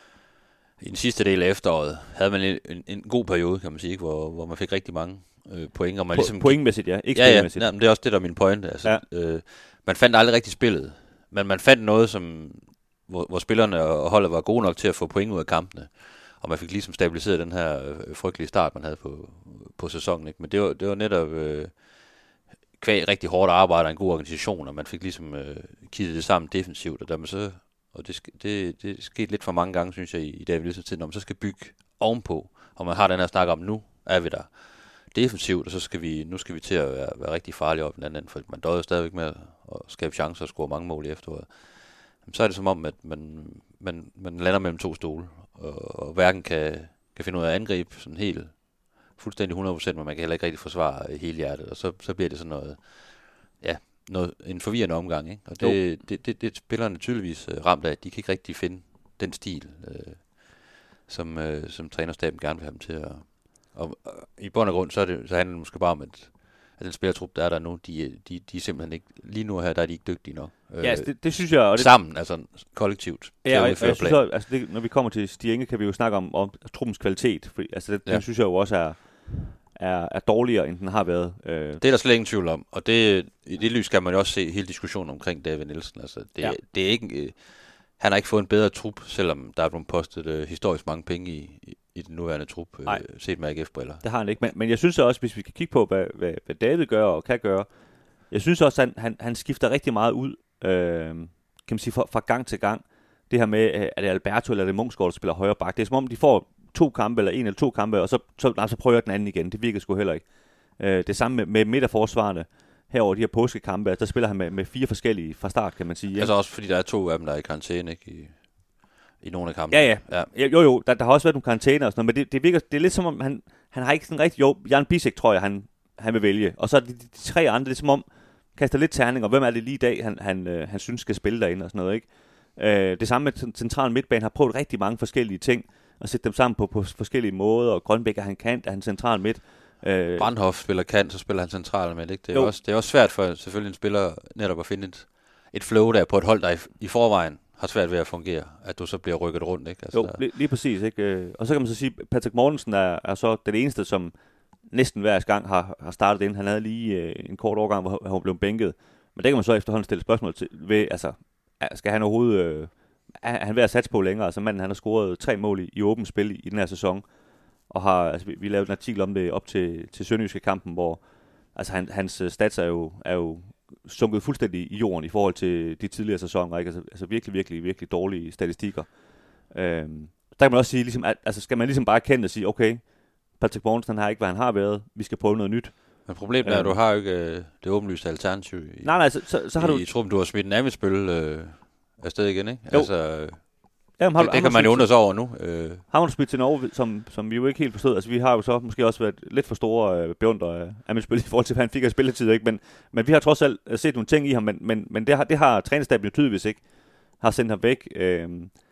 i den sidste del af efteråret, havde man en, en, en god periode, kan man sige, ikke? Hvor, hvor man fik rigtig mange øh, point. Og man po- ligesom pointmæssigt, ja. Ikke ja, ja, spillemæssigt. ja, men det er også det, der er min pointe. Altså, ja. øh, man fandt aldrig rigtig spillet, men man fandt noget, som, hvor, hvor spillerne og holdet var gode nok til at få point ud af kampene. Og man fik ligesom stabiliseret den her øh, frygtelige start, man havde på, på sæsonen. Ikke? Men det var, det var netop øh, kvæg rigtig hårdt arbejde og en god organisation, og man fik ligesom øh, kittet det sammen defensivt. Og, der man så, og det, det, det skete lidt for mange gange, synes jeg, i, i David Nielsen tid, når man så skal bygge ovenpå, og man har den her snak om, nu er vi der defensivt, og så skal vi, nu skal vi til at være, være rigtig farlige op i den anden, for man døde stadigvæk med at skabe chancer og score mange mål i efteråret. Så er det som om, at man, man, man lander mellem to stole, og, og hverken kan, kan finde ud af at angribe sådan helt fuldstændig hundrede procent, men man kan heller ikke rigtig forsvare hele hjertet, og så, så bliver det sådan noget, ja, noget, en forvirrende omgang, ikke? Og det, det, det, det spillerne tydeligvis ramt af, at de kan ikke rigtig finde den stil, øh, som, øh, som trænerstaben gerne vil have dem til at. Og, og i bund og grund, så, er det, så handler det måske bare om, at, at den spillertrup, der er der nu, de, de, de er simpelthen ikke, lige nu her, der er de ikke dygtige nok. Ja, altså det, det synes jeg. Og det, sammen, altså kollektivt. Ja, og, og jeg synes også, altså det, når vi kommer til Stig Inge, kan vi jo snakke om, om truppens kvalitet, for altså det, ja. Den synes jeg jo også er, er, er dårligere, end den har været. Øh. Det er der slet ingen tvivl om, og det, i det lys kan man jo også se hele diskussionen omkring David Nielsen. Altså det, ja. det er ikke, øh, han har ikke fået en bedre trup, selvom der er blevet postet øh, historisk mange penge i, i i den nuværende trup, øh, set med A G F-briller. Det har han ikke, men, men jeg synes også, hvis vi kan kigge på, hvad, hvad, hvad David gør og kan gøre, jeg synes også, at han, han, han skifter rigtig meget ud, øh, kan man sige, fra, fra gang til gang. Det her med, er det Alberto eller er det Munchsgaard, der spiller højre bak. Det er som om, de får to kampe, eller en eller to kampe, og så, så, nej, så prøver den anden igen. Det virker sgu heller ikke. Øh, det samme med, med midterforsvarerne. Herover de her påskekampe, altså, der spiller han med, med fire forskellige fra start, kan man sige. Ja? Altså også fordi der er to af dem, der er i karantæne, ikke? I I nogle af kampene. Ja, ja. ja. Jo, jo, der, der har også været nogle karantæner og sådan noget, men det, det virker, det er lidt som om, han, han har ikke sådan rigtig, jo, Jan Bisek tror jeg, han, han vil vælge. Og så er de, de tre andre, det er som om, kaster lidt terning, og hvem er det lige i dag, han, han, øh, han synes skal spille derinde og sådan noget, ikke? Øh, det samme med central midtbane, har prøvet rigtig mange forskellige ting, og sætte dem sammen på, på forskellige måder, og Grønbæk er han kant, er han central midt. Øh, Brandhoff spiller kant, så spiller han central midt, ikke? Det er, også, det er også svært for selvfølgelig en spiller netop at finde et, et flow der på et hold, der i, i forvejen har svært ved at fungere, at du så bliver rykket rundt, ikke? Altså, jo, lige, lige præcis, ikke? Og så kan man så sige, Patrick Mortensen er, er så den eneste, som næsten hver gang har, har startet ind. Han havde lige øh, en kort overgang, hvor han blev bænket. Men det kan man så efterhånden stille spørgsmål til, ved, altså, skal han overhovedet, øh, er han ved at satse på længere? Altså manden, han har scoret tre mål i, i åbent spil i, i den her sæson, og har, altså vi, vi lavede en artikel om det op til, til Sønderjyske kampen, hvor altså han, hans stats er jo, er jo sunket fuldstændig i jorden i forhold til de tidligere sæsoner, ikke? Altså, altså virkelig, virkelig, virkelig dårlige statistikker. Øhm, der kan man også sige, ligesom, at, altså skal man ligesom bare kende og sige, okay, Patrick Mortensen har ikke, hvad han har været, vi skal prøve noget nyt. Men problemet er, at du har jo ikke øh, det åbenlyste alternativ i, nej, nej, så, så, så har i, du... i truppen. Du har smidt en Amitsbøl øh, afsted igen, ikke? Jo. Altså, Jamen, har, det, det kan man jo undre sig over nu. Øh. Har man smidt til Norge, som, som vi jo ikke helt forstod. Altså, vi har jo så måske også været lidt for store øh, beundrere af Amitsbøl i forhold til, hvad han fik af spilletid, ikke? Men, men vi har trods alt set nogle ting i ham, men, men, men det har, det har trænerstaben jo tydeligvis ikke har sendt ham væk. Øh,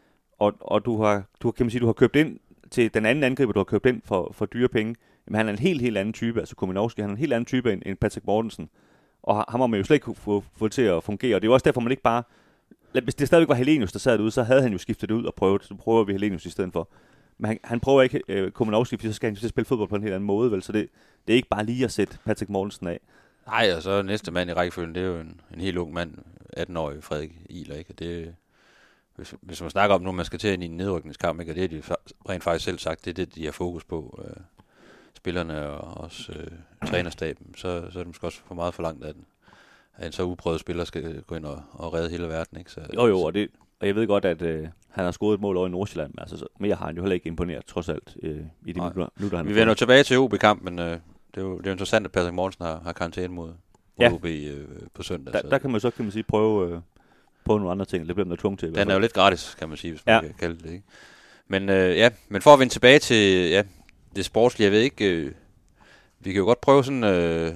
og og du, har, du, kan man sige, du har købt ind til den anden angriber, du har købt ind for, for dyre penge. Men han er en helt, helt anden type. Altså Kuminovski, han er en helt anden type end, end Patrick Mortensen. Og ham har man jo slet ikke få, få til at fungere. Og det er jo også derfor, man ikke bare hvis det stadigvæk var Helenius, der sad derude, så havde han jo skiftet det ud og prøvet. Så prøver vi Helenius i stedet for. Men han, han prøver ikke øh, Komanovski, for så skal han jo spille fodbold på en helt anden måde, vel? Så det, det er ikke bare lige at sætte Patrick Mortensen af. Nej, og så næste mand i rækkefølgen, det er jo en, en helt ung mand, atten-årig Frederik Ihler, ikke? Og det, hvis, hvis man snakker om nu, man skal til ind i en nedrykningskamp, ikke? Og det er de rent faktisk selv sagt, det er det, de har fokus på, øh, spillerne og også øh, trænerstaben, så, så er det måske også for meget for langt, at, at en så uprøvet spiller skal gå ind og, og redde hele verden, ikke? Så, jo jo, og, det, og jeg ved godt, at øh, han har scoret et mål over i Nordsjælland, men altså, mere har han jo heller ikke imponeret, trods alt, øh, i de minutter, han Vi vender tilbage til O B-kampen, men øh, det er jo det er interessant, at Patrick Mortensen har, har karantæne mod, mod ja. O B øh, på søndag. Der, der kan man så, kan man sige, prøve øh, på nogle andre ting. Det bliver man tvunget til. Den er jo lidt gratis, kan man sige, hvis man ja. kan kalde det, ikke? Men øh, ja, men for at vende tilbage til ja, det sportslige, jeg ved ikke, øh, vi kan jo godt prøve sådan øh,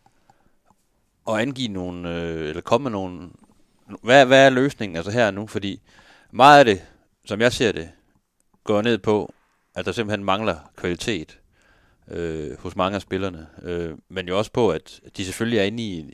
at angive nogle, øh, eller komme med nogle, hvad, hvad er løsningen altså her nu? Fordi meget af det, som jeg ser det, går ned på, at der simpelthen mangler kvalitet øh, hos mange af spillerne. Øh, men jo også på, at de selvfølgelig er inde i en,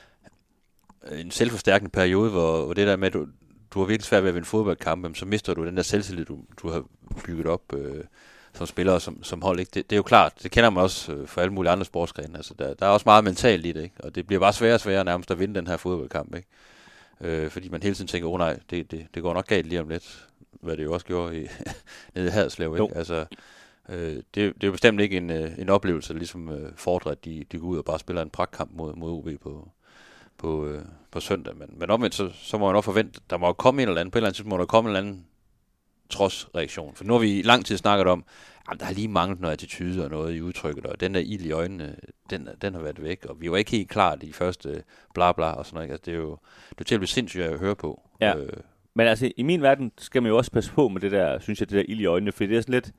en selvforstærkende periode, hvor, hvor det der med, at du, du har virkelig svært ved at vinde fodboldkampe, så mister du den der selvtillid, du, du har bygget op øh, som spiller og som, som hold. Ikke? Det, det er jo klart, det kender man også øh, for alle mulige andre sportsgrene. Altså, der, der er også meget mentalt i det, ikke? Og det bliver bare sværere og sværere nærmest at vinde den her fodboldkamp, ikke? Øh, fordi man hele tiden tænker, åh oh, nej, det, det, det går nok galt lige om lidt, hvad det jo også gjorde i, nede i Haderslev, ikke? Altså, øh, det, det er jo bestemt ikke en, en oplevelse, ligesom øh, Fordret, de, de går ud og bare spiller en pragtkamp mod, mod O B på, på, øh, på søndag. Men, men omvendt, så, så må man også forvente, der må jo komme en eller anden, på et eller andet tidspunkt må der komme en eller anden trodsreaktion. For nu har vi i lang tid snakket om, at der har lige manglet noget attitude og noget i udtrykket, og den der ild i øjnene, den, den har været væk, og vi var ikke helt klar de første bla bla og sådan noget. Altså, det er jo det er til at blive sindssygt at høre på. Ja. Øh. Men altså, i min verden skal man jo også passe på med det der, synes jeg, det der ild i øjnene, for det er sådan lidt,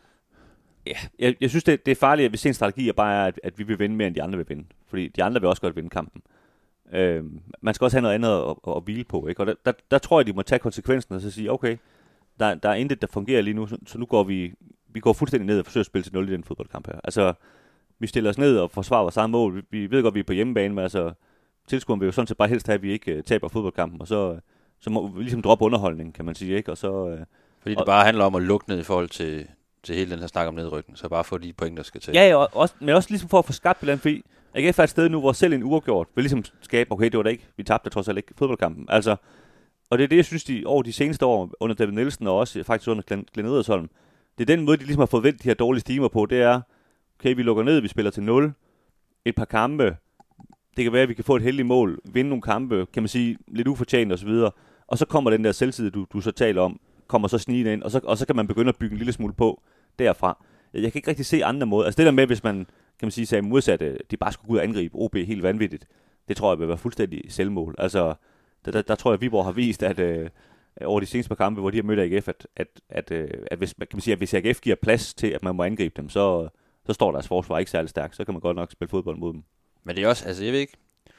ja, jeg, jeg synes, det, det er farligt, at vi ser en strategi, og bare er, at, at vi vil vinde mere, end de andre vil vinde. Fordi de andre vil også godt vinde kampen. Øh, man skal også have noget andet at, at, at hvile på, ikke? Og der, der, der tror jeg, de må tage konsekvensen og så sige, okay, der, der er intet, der fungerer lige nu, så, så nu går vi, vi går fuldstændig ned og forsøger at spille til nul i den fodboldkamp her. Altså, vi stiller os ned og forsvarer vores eget mål. Vi, vi ved godt, at vi er på hjemmebane, men altså, tilskueren vil jo sådan set bare helst have, at vi ikke uh, taber fodboldkampen, og så, så må vi ligesom droppe underholdning, kan man sige, ikke? Og så, uh, Fordi det bare handler om at lukke ned i forhold til, til hele den her snak om nedrykning, så bare få de point, der skal til. Ja, ja og også, men også ligesom for at få skabt et eller andet, fordi A G F er et sted nu, hvor selv en uafgjort vil ligesom skabe, okay, det var da ikke, vi tabte trods alt ikke fodboldkampen. Altså, og det er det, jeg synes, de over de seneste år, under David Nielsen og også faktisk under Glenn, Glenn Edersholm, det er den måde, de ligesom har fået vendt de her dårlige stimer på, det er, okay, vi lukker ned, vi spiller til nul, et par kampe, det kan være, at vi kan få et heldigt mål, vinde nogle kampe, kan man sige, lidt ufortjent og så videre, og så kommer den der selvtid, du, du så taler om, kommer så snigende ind, og så, og så kan man begynde at bygge en lille smule på derfra. Jeg kan ikke rigtig se andre måder. Altså det der med, hvis man, kan man sige, sagde modsatte, de bare skulle gå ud og angribe O B helt vanvittigt, det tror jeg vil være fuldstændig selvmål. Altså, der, der, der tror jeg, at Viborg har vist, at øh, over de seneste par kampe, hvor de har mødt A G F, at, at, at, øh, at hvis, kan man sige, at hvis A G F giver plads til, at man må angribe dem, så, så står deres forsvar ikke særlig stærkt. Så kan man godt nok spille fodbold mod dem. Men det er også, altså jeg ved ikke,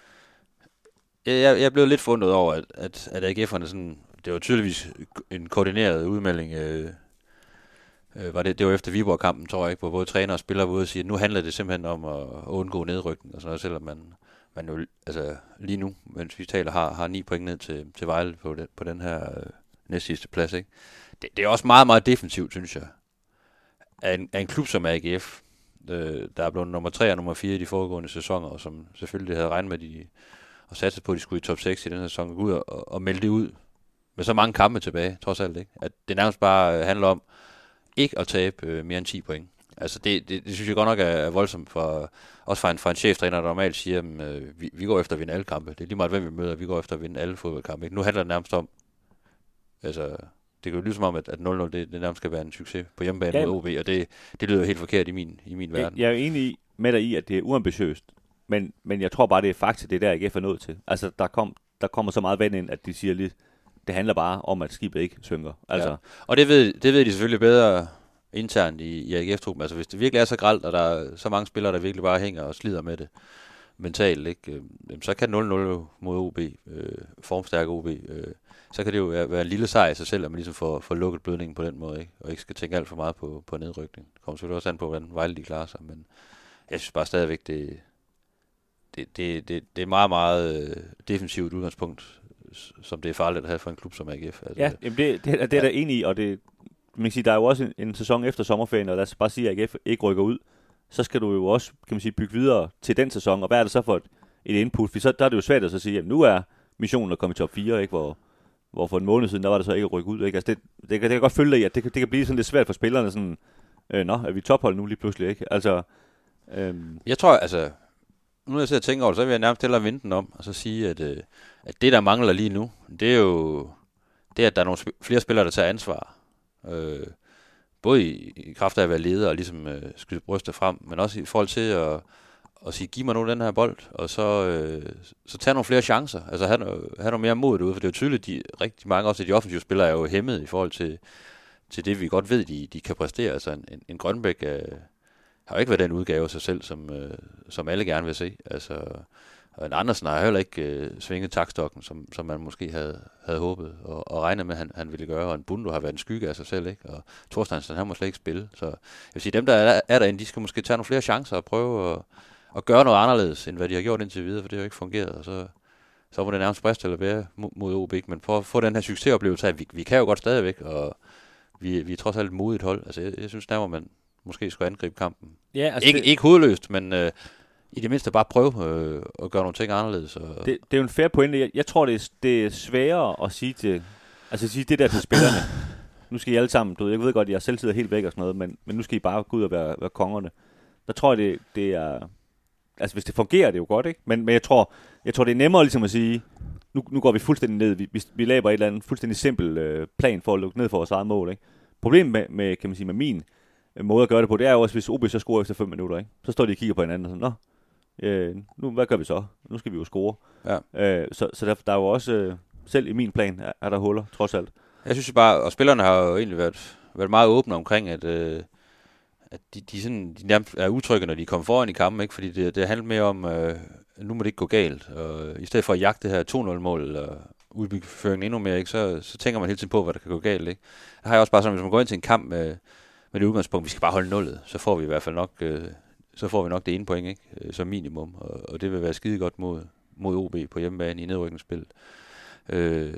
jeg, jeg, jeg blev lidt fundet over, at, at, at A G F'erne sådan, det var tydeligvis en koordineret udmelding, øh, øh, var det, det var efter Viborg-kampen, tror jeg ikke, hvor både træner og spillere var ude og sige, at nu handler det simpelthen om at undgå nedrykning og sådan noget, selvom man, man jo, altså lige nu, mens vi taler, har, har ni point ned til, til Vejle på, den, på den her øh, næstsidste plads, ikke? Det, det er også meget, meget defensivt, synes jeg, af en, af en klub som A G F, øh, der er blevet nummer tre og nummer fire i de foregående sæsoner, og som selvfølgelig havde regnet med, de, og satset på, at de skulle i top seks i den her sæson, gå ud og, og melde det ud med så mange kampe tilbage, trods alt, ikke? At det nærmest bare øh, handler om ikke at tabe øh, mere end ti point. Altså det, det, det synes jeg godt nok er, er voldsomt, for, også for en, for en cheftræner, der normalt siger, at øh, vi, vi går efter at vinde alle kampe. Det er lige meget, hvem vi møder, vi går efter at vinde alle fodboldkampe. Ikke? Nu handler det nærmest om, altså det kan jo lyde som om, at, at nul nul det, det nærmest skal være en succes på hjemmebane ja, mod O B, og det, det lyder helt forkert i min, i min verden. Jeg, jeg er enig med dig i, at det er uambitiøst, men, men jeg tror bare, det er faktisk det, der A G F er nødt til. Altså der, kom, der kommer så meget vand ind, at de siger lidt, det handler bare om, at skibet ikke synker. Altså. Ja. Og det ved, det ved de selvfølgelig bedre internt i, i A G F-truppen. Altså hvis det virkelig er så grelt, og der er så mange spillere, der virkelig bare hænger og slider med det mentalt, ikke, øh, så kan nul nul mod O B, øh, formstærke O B, øh, så kan det jo være, være en lille sejr i sig selv, at man ligesom får, får lukket blødningen på den måde, ikke? Og ikke skal tænke alt for meget på, på nedrykning. Det kommer selvfølgelig også an på, hvordan Vejle de klarer sig, men jeg synes bare stadigvæk, det, det, det, det, det er meget, meget øh, defensivt udgangspunkt, som det er farligt at have for en klub som A G F. Altså, ja, jamen det, det, det er ja. der enig i, og det, man kan sige, der er jo også en, en sæson efter sommerferien, og lad os bare sige, at A G F ikke rykker ud, så skal du jo også, kan man sige, bygge videre til den sæson, og hvad er det så for et, et input? For så der er det jo svært at så sige, at nu er missionen at komme i top fire, ikke? Hvor, hvor for en måned siden, der var det så ikke at rykke ud. Ikke? Altså det, det, det, kan jeg godt følge dig i, at det, det kan blive sådan lidt svært for spillerne, sådan, øh, nå, er vi tophold nu lige pludselig, ikke? Altså, øhm. Jeg tror, altså, nu når jeg sidder og tænker over det, så vil jeg nærmest hellere vente den om, og så sige, at, øh, at det, der mangler lige nu, det er jo, det er, at der er nogle sp- flere spillere, der tager ansvar. Øh, både i, i kraft af at være leder og ligesom øh, skyde brystet frem, men også i forhold til at, at sige, giv mig nu den her bold, og så, øh, så tage nogle flere chancer. Altså have, have noget mere mod derude, for det er jo tydeligt, at de, rigtig mange også af de offensive spillere er jo hæmmet i forhold til, til det, vi godt ved, de, de kan præstere. Altså en, en, en Grønbæk øh, har jo ikke været den udgave af sig selv, som, øh, som alle gerne vil se. Altså, og en Andersen har heller ikke øh, svinget takstokken, som, som man måske havde, havde håbet og, og regnet med, at han, han ville gøre. Og en Bundo har været en skygge af sig selv, ikke? Og Thorsteinsen, han må slet ikke spille. Så jeg vil sige, dem, der er, er derinde, de skal måske tage nogle flere chancer og prøve at, at gøre noget anderledes, end hvad de har gjort indtil videre, for det har jo ikke fungeret. Og så, så må det nærmest briste eller være mod O B. Men for at få den her succesoplevelse af, vi, vi kan jo godt stadigvæk, og vi, vi er trods alt et modigt hold. Altså, jeg, jeg synes nærmere, man måske skulle angribe kampen. Ja, altså ikke, det... ikke hovedløst, men øh, i det mindste bare prøve øh, at gøre nogle ting anderledes. Og... Det, det er jo en fair pointe. Jeg, jeg tror, det er, det er sværere at sige til, altså sige det der til spillerne. Nu skal I alle sammen, du ved, jeg ved godt, at jeg selv sidder helt væk og sådan noget, men, men nu skal I bare gå ud og være, være kongerne. Der tror jeg, det, det er, altså hvis det fungerer, det er jo godt, ikke? Men, men jeg tror, jeg tror, det er nemmere ligesom at sige, nu, nu går vi fuldstændig ned, vi, vi, vi laver et eller andet fuldstændig simpel øh, plan for at lukke ned for vores eget mål, ikke? Problemet med, med, kan man sige, med min øh, måde at gøre det på, det er jo også, hvis O B så scorer efter fem minutter, ikke? Så står de og kigger på hinanden og sådan, nå, øh, nu, hvad gør vi så? Nu skal vi jo score. Ja. Øh, så så der, der er jo også, øh, selv i min plan, er, er der huller, trods alt. Jeg synes bare, og spillerne har jo egentlig været, været meget åbne omkring, at, øh, at de, de, sådan, de nærmest er utrygge, når de kommer foran i kampen, ikke? Fordi det, det handler mere om, øh, nu må det ikke gå galt. Og i stedet for at jagte det her to nul-mål, eller udbygge føringen endnu mere, ikke? Så, så tænker man hele tiden på, hvad der kan gå galt. Ikke? Der har jeg også bare sådan, hvis man går ind til en kamp med, med det udgangspunkt, vi skal bare holde nullet, så får vi i hvert fald nok, øh, så får vi nok det ene point, ikke? Øh, som minimum. Og, og det vil være skide godt mod, mod O B på hjemmebane i nedrykningsspillet. Øh,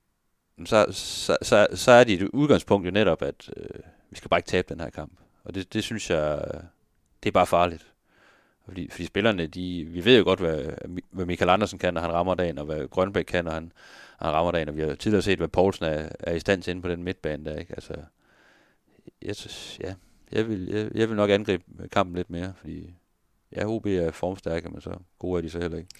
så, så, så, så er det et udgangspunkt jo netop, at øh, vi skal bare ikke tabe den her kamp. Og det, det synes jeg, det er bare farligt. Fordi, fordi spillerne, de, vi ved jo godt, hvad, hvad Michael Andersen kan, når han rammer dagen, og hvad Grønbæk kan, når han, han rammer dagen, og vi har tidligere set, hvad Poulsen er, er i stand til inde på den midtbane der, ikke? Altså, jeg synes, ja, jeg vil, jeg, jeg vil nok angribe kampen lidt mere, fordi ja, O B er formstærke, men så gode er de så heller ikke.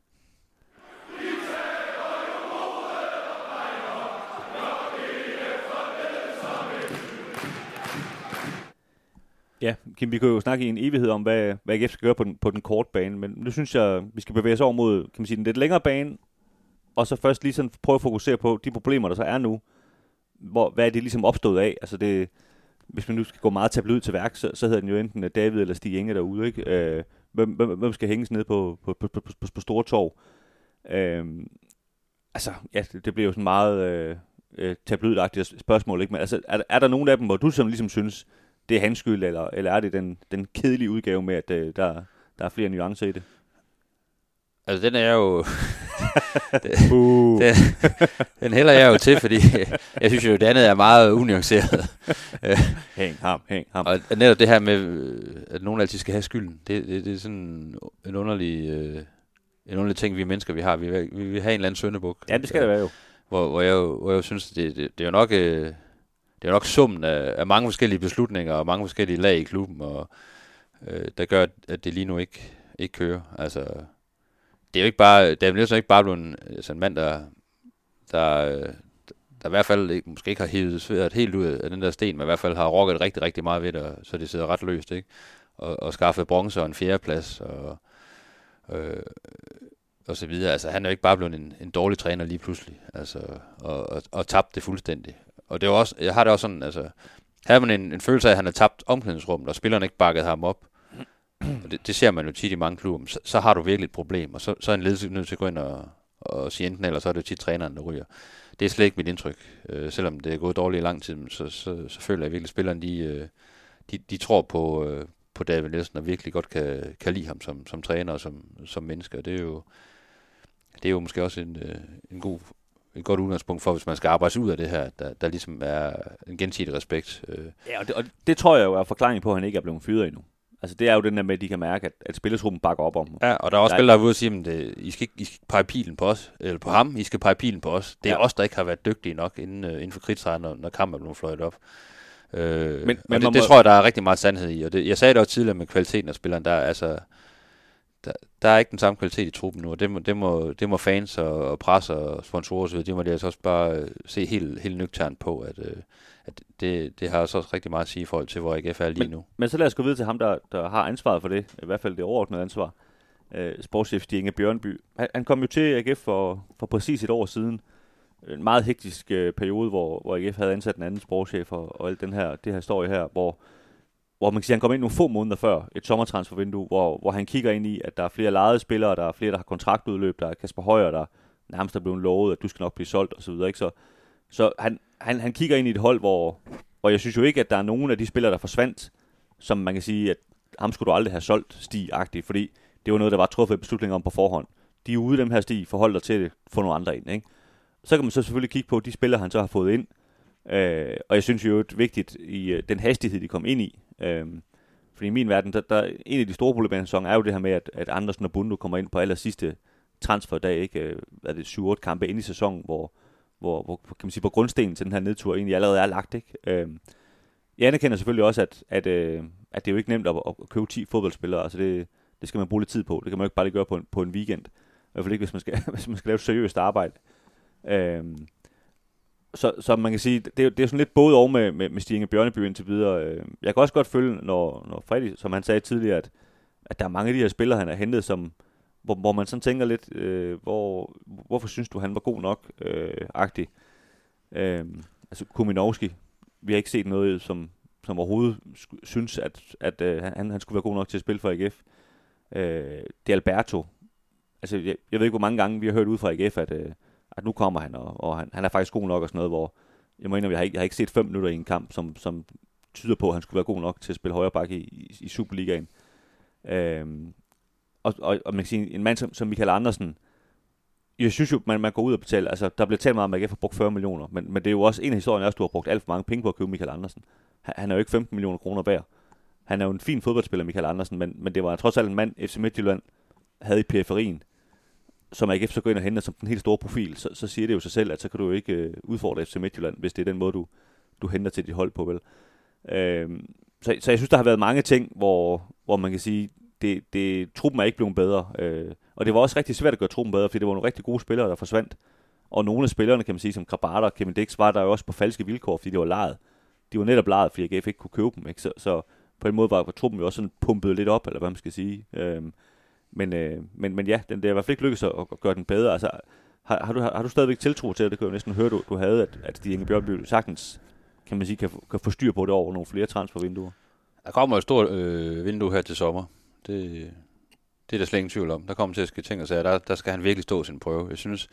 Ja, Kim, vi kan jo snakke i en evighed om, hvad, hvad A G F skal gøre på den, på den korte bane, men nu synes jeg, vi skal bevæge os over mod, kan man sige, den lidt længere bane, og så først lige sådan prøve at fokusere på de problemer, der så er nu. Hvor, hvad er det ligesom opstået af? Altså det, hvis man nu skal gå meget tablet ud til værk, så, så hedder den jo enten David eller Stig Inge derude, ikke? Øh, hvem, hvem, hvem skal hænges ned på, på, på, på, på, på Store Torv? Øh, altså, ja, det, det bliver jo sådan meget øh, tabloidagtigt spørgsmål, ikke? Men altså, er, er der nogen af dem, hvor du som ligesom synes, det er hans skyld, eller, eller er det den, den kedelige udgave med, at øh, der, der er flere nuancer i det? Altså, den er jo... den, uh. den, den hælder jeg jo til, fordi jeg synes jo, det andet er meget unuanceret. Hæng ham, hæng ham. Og netop det her med, at nogen altid skal have skylden, det, det, det er sådan en underlig, øh, en underlig ting, vi mennesker vi har. Vi vil, vi vil have en eller anden syndebuk. Ja, det skal det være jo. Hvor, hvor, jeg, jo, hvor jeg jo synes, det, det, det er jo nok... Øh, Det er nok summen af, af mange forskellige beslutninger og mange forskellige lag i klubben, og øh, der gør, at det lige nu ikke, ikke kører. Altså, det er jo ikke bare, David Nielsen er ikke bare blevet en, altså en mand, der, der, der i hvert fald ikke, måske ikke har hævet sværet helt ud af den der sten, men i hvert fald har rokket rigtig, rigtig meget ved det, så det sidder ret løst, ikke? Og, og skaffet bronze og en fjerdeplads og, øh, og så videre. Altså, han er jo ikke bare blevet en, en dårlig træner lige pludselig, altså, og, og, og tabt det fuldstændig. Og det er også, jeg har det også sådan, altså, havde man en, en følelse af, at han har tabt omklædningsrummet, og spillerne ikke bakket ham op, og det, det ser man jo tit i mange klubber, så, så har du virkelig et problem, og så, så er en ledelse nødt til at gå ind og, og sige enten, eller så er det jo tit træneren, der ryger. Det er slet ikke mit indtryk, øh, selvom det er gået dårligt i lang tid, så, så, så føler jeg virkelig, at spillerne, de, øh, de, de tror på, øh, på David Nielsen, og virkelig godt kan, kan lide ham som, som træner og som, som menneske, og det er jo, det er jo måske også en, øh, en god et godt udgangspunkt for, hvis man skal arbejde ud af det her, der, der ligesom er en gensidig respekt. Øh. Ja, og det, og det tror jeg jo er forklaringen på, at han ikke er blevet fyret endnu. Altså det er jo den der med, at de kan mærke, at, at spillertruppen bakker op om ham. Ja, og der er også spillere, der er ude og sige, at I skal, I skal pege pilen på os, eller på ham, I skal pege pilen på os. Det er ja. os, der ikke har været dygtige nok inden, uh, inden for kridtræden, når, når kampen er blevet fløjet op. Øh, men, men det, det må... tror jeg, der er rigtig meget sandhed i. Og det, jeg sagde det også tidligere med kvaliteten af spilleren, der er altså... Der, der er ikke den samme kvalitet i truppen nu, og det må, det må, det må fans og, og pres og sponsorer osv., det må de altså også bare øh, se helt, helt nøgternt på, at, øh, at det, det har også rigtig meget at sige i forhold til, hvor A G F er lige men, nu. Men så lad os gå videre til ham, der, der har ansvaret for det, i hvert fald det overordnede ansvar, øh, sportschef Inge Bjørnby. Han, han kom jo til A G F for, for præcis et år siden, en meget hektisk øh, periode, hvor, hvor A G F havde ansat en anden sportschef og, og alt den her, det her historie her, hvor hvor man kan sige, han kom ind nogle få måneder før et sommertransfervindue, hvor, hvor han kigger ind i, at der er flere lejede spillere, der er flere, der har kontraktudløb, der er Kasper Højer, der nærmest er blevet lovet, at du skal nok blive solgt osv. Ikke? Så, så han, han, han kigger ind i et hold, hvor, hvor jeg synes jo ikke, at der er nogen af de spillere, der forsvandt, som man kan sige, at ham skulle du aldrig have solgt Stig-agtigt, fordi det var noget, der var truffet beslutninger om på forhånd. De er ude dem her Stig, forhold dig til det, få nogle andre ind. Ikke? Så kan man så selvfølgelig kigge på de spillere, han så har fået ind, øh, og jeg synes jo, det er vigtigt i øh, den hastighed, de kom ind i. Øhm, fordi i min verden, der, der, en af de store problemer i en sæson er jo det her med, at, at Andersen og Bundu kommer ind på aller sidste transferdag, ikke? Hvad er det, syv otte kampe ind i sæsonen, hvor, hvor, hvor, kan man sige, hvor grundstenen til den her nedtur egentlig allerede er lagt, ikke? Øhm, jeg anerkender selvfølgelig også, at, at, øh, at det er jo ikke nemt at, at købe ti fodboldspillere, altså det, det skal man bruge lidt tid på, det kan man jo ikke bare lige gøre på en, på en weekend, i hvert fald ikke, hvis man skal, hvis man skal lave et seriøst arbejde. Øhm, Så, så man kan sige, det er, det er sådan lidt både over med, med, med Stig Inge Bjørneby indtil videre. Jeg kan også godt følge, når, når Freddy, som han sagde tidligere, at, at der er mange af de her spillere, han har hentet, som, hvor, hvor man sådan tænker lidt, øh, hvor, hvorfor synes du, han var god nok, øh, agtig. Øh, altså Kuminovski, vi har ikke set noget, som, som overhovedet synes, at, at øh, han, han skulle være god nok til at spille for A G F. Øh, det er Alberto. Altså, jeg, jeg ved ikke, hvor mange gange vi har hørt ud fra A G F, at øh, at nu kommer han, og, og han, han er faktisk god nok og sådan noget, hvor jeg mener, jeg har ikke, jeg har ikke set fem minutter i en kamp, som, som tyder på, at han skulle være god nok til at spille højre bakke i, i, i Superligaen. Øhm, og, og, og man kan sige, en mand som, som Michael Andersen, jeg synes jo, man, man går ud og betaler, altså der bliver talt meget om, at A G F har brugt fyrre millioner, men, men det er jo også en af historierne, også du har brugt alt for mange penge på at købe Michael Andersen. Han, han er jo ikke femten millioner kroner værd. Han er jo en fin fodboldspiller, Michael Andersen, men, men det var trods alt en mand, F C Midtjylland havde i periferien, som A G F så går ind og henter som den helt store profil, så, så siger det jo sig selv, at så kan du jo ikke øh, udfordre F C Midtjylland, hvis det er den måde, du, du henter til dit hold på, vel. Øhm, så, så jeg synes, der har været mange ting, hvor, hvor man kan sige, det, det, truppen er ikke blevet bedre. Øh, og det var også rigtig svært at gøre truppen bedre, fordi det var nogle rigtig gode spillere, der forsvandt. Og nogle af spillerne, kan man sige, som Krabater og Kevin Dix, var der jo også på falske vilkår, fordi de var lejet. De var netop lejet, fordi A G F ikke kunne købe dem, ikke? Så, så på en måde var, var truppen jo også sådan pumpet lidt op, eller hvad man skal sige. Øhm, Men, øh, men, men ja, den, det er i hvert fald ikke lykkedes at, at gøre den bedre. Altså, har, har, du, har, har du stadigvæk tiltro til, at det kan jo næsten høre, du, du havde, at, at Stig Inge Bjørnby sagtens, kan man sige, kan, kan få styr på det over nogle flere transfervinduer? Der kommer et stort øh, vindue her til sommer. Det, det er der slet ingen tvivl om. Der kommer til at ske ting og sager. Der, der skal han virkelig stå sin prøve. Jeg synes,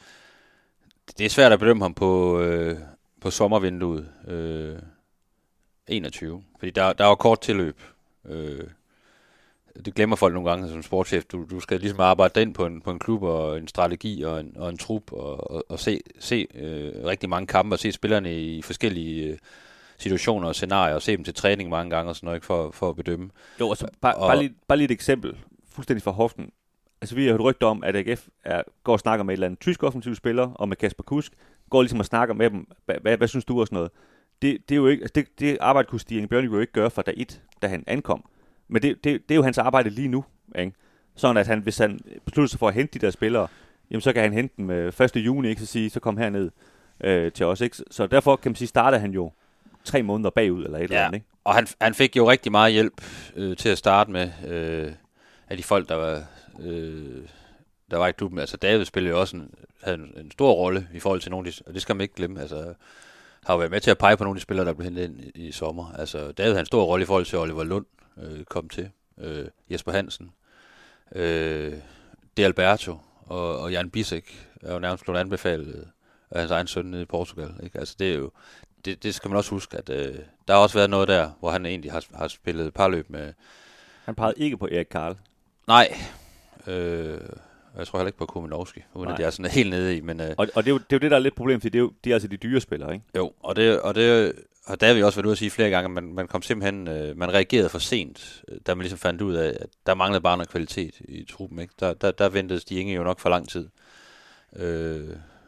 det er svært at bedømme ham på, øh, på sommervinduet øh, enogtyve. Fordi der, der er jo kort tilløb. Øh, Det glemmer folk nogle gange som sportschef. Du, du skal ligesom arbejde dig ind på en, på en klub og en strategi og en, og en trup og, og, og se, se øh, rigtig mange kampe og se spillerne i forskellige øh, situationer og scenarier og se dem til træning mange gange og sådan noget, for, for at bedømme. Jo, altså bare, og, bare, lige, bare lige et eksempel, fuldstændig fra hoften. Altså vi har hørt rygter om, at A G F er, går og snakker med et eller andet tysk offensiv spiller og med Kasper Kusk, går ligesom og snakker med dem. Hvad, hvad, hvad synes du og sådan noget? Det, det er jo ikke, altså det, det arbejde kunne Stig Inge Bjørnby jo ikke gøre fra dag et, da han ankom. Men det, det, det er jo hans arbejde lige nu, ikke? Sådan at han, hvis han beslutter sig for at hente de der spillere, jamen så kan han hente dem øh, første juni, ikke? Så sige, så kom herned øh, til os, ikke? Så derfor kan man sige, startede han jo tre måneder bagud, eller et ja, eller andet, ikke? Og han, han fik jo rigtig meget hjælp øh, til at starte med øh, af de folk, der var, øh, der var i klubben. Altså David spillede jo også en, havde en, en stor rolle i forhold til nogle af de, og det skal man ikke glemme, altså har jo været med til at pege på nogle af de spillere, der blev hentet ind i, i sommer. Altså David havde en stor rolle i forhold til Oliver Lund, Øh, kom til. Øh, Jesper Hansen. Øh, De Alberto og, og Jan Bisek er jo nærmest blevet anbefalet af hans egen søn nede i Portugal. Ikke? Altså det er jo, det, det skal man også huske, at øh, der har også været noget der, hvor han egentlig har, har spillet parløb med. Han pegede ikke på Erik Karl. Nej. Øh, Jeg tror heller ikke på Kuminovski, uden Nej. at jeg er sådan helt nede i. Men, øh, og og det, er jo, det er jo det, der er lidt problem, fordi det er jo de er altså de dyre spillere, ikke? Jo, og det, og det og der har vi også været ude at sige flere gange, at man, man kom simpelthen, øh, man reagerede for sent, da man ligesom fandt ud af, at der manglede bare noget kvalitet i truppen, ikke? Der, der, der ventede de Inge jo nok for lang tid. Øh,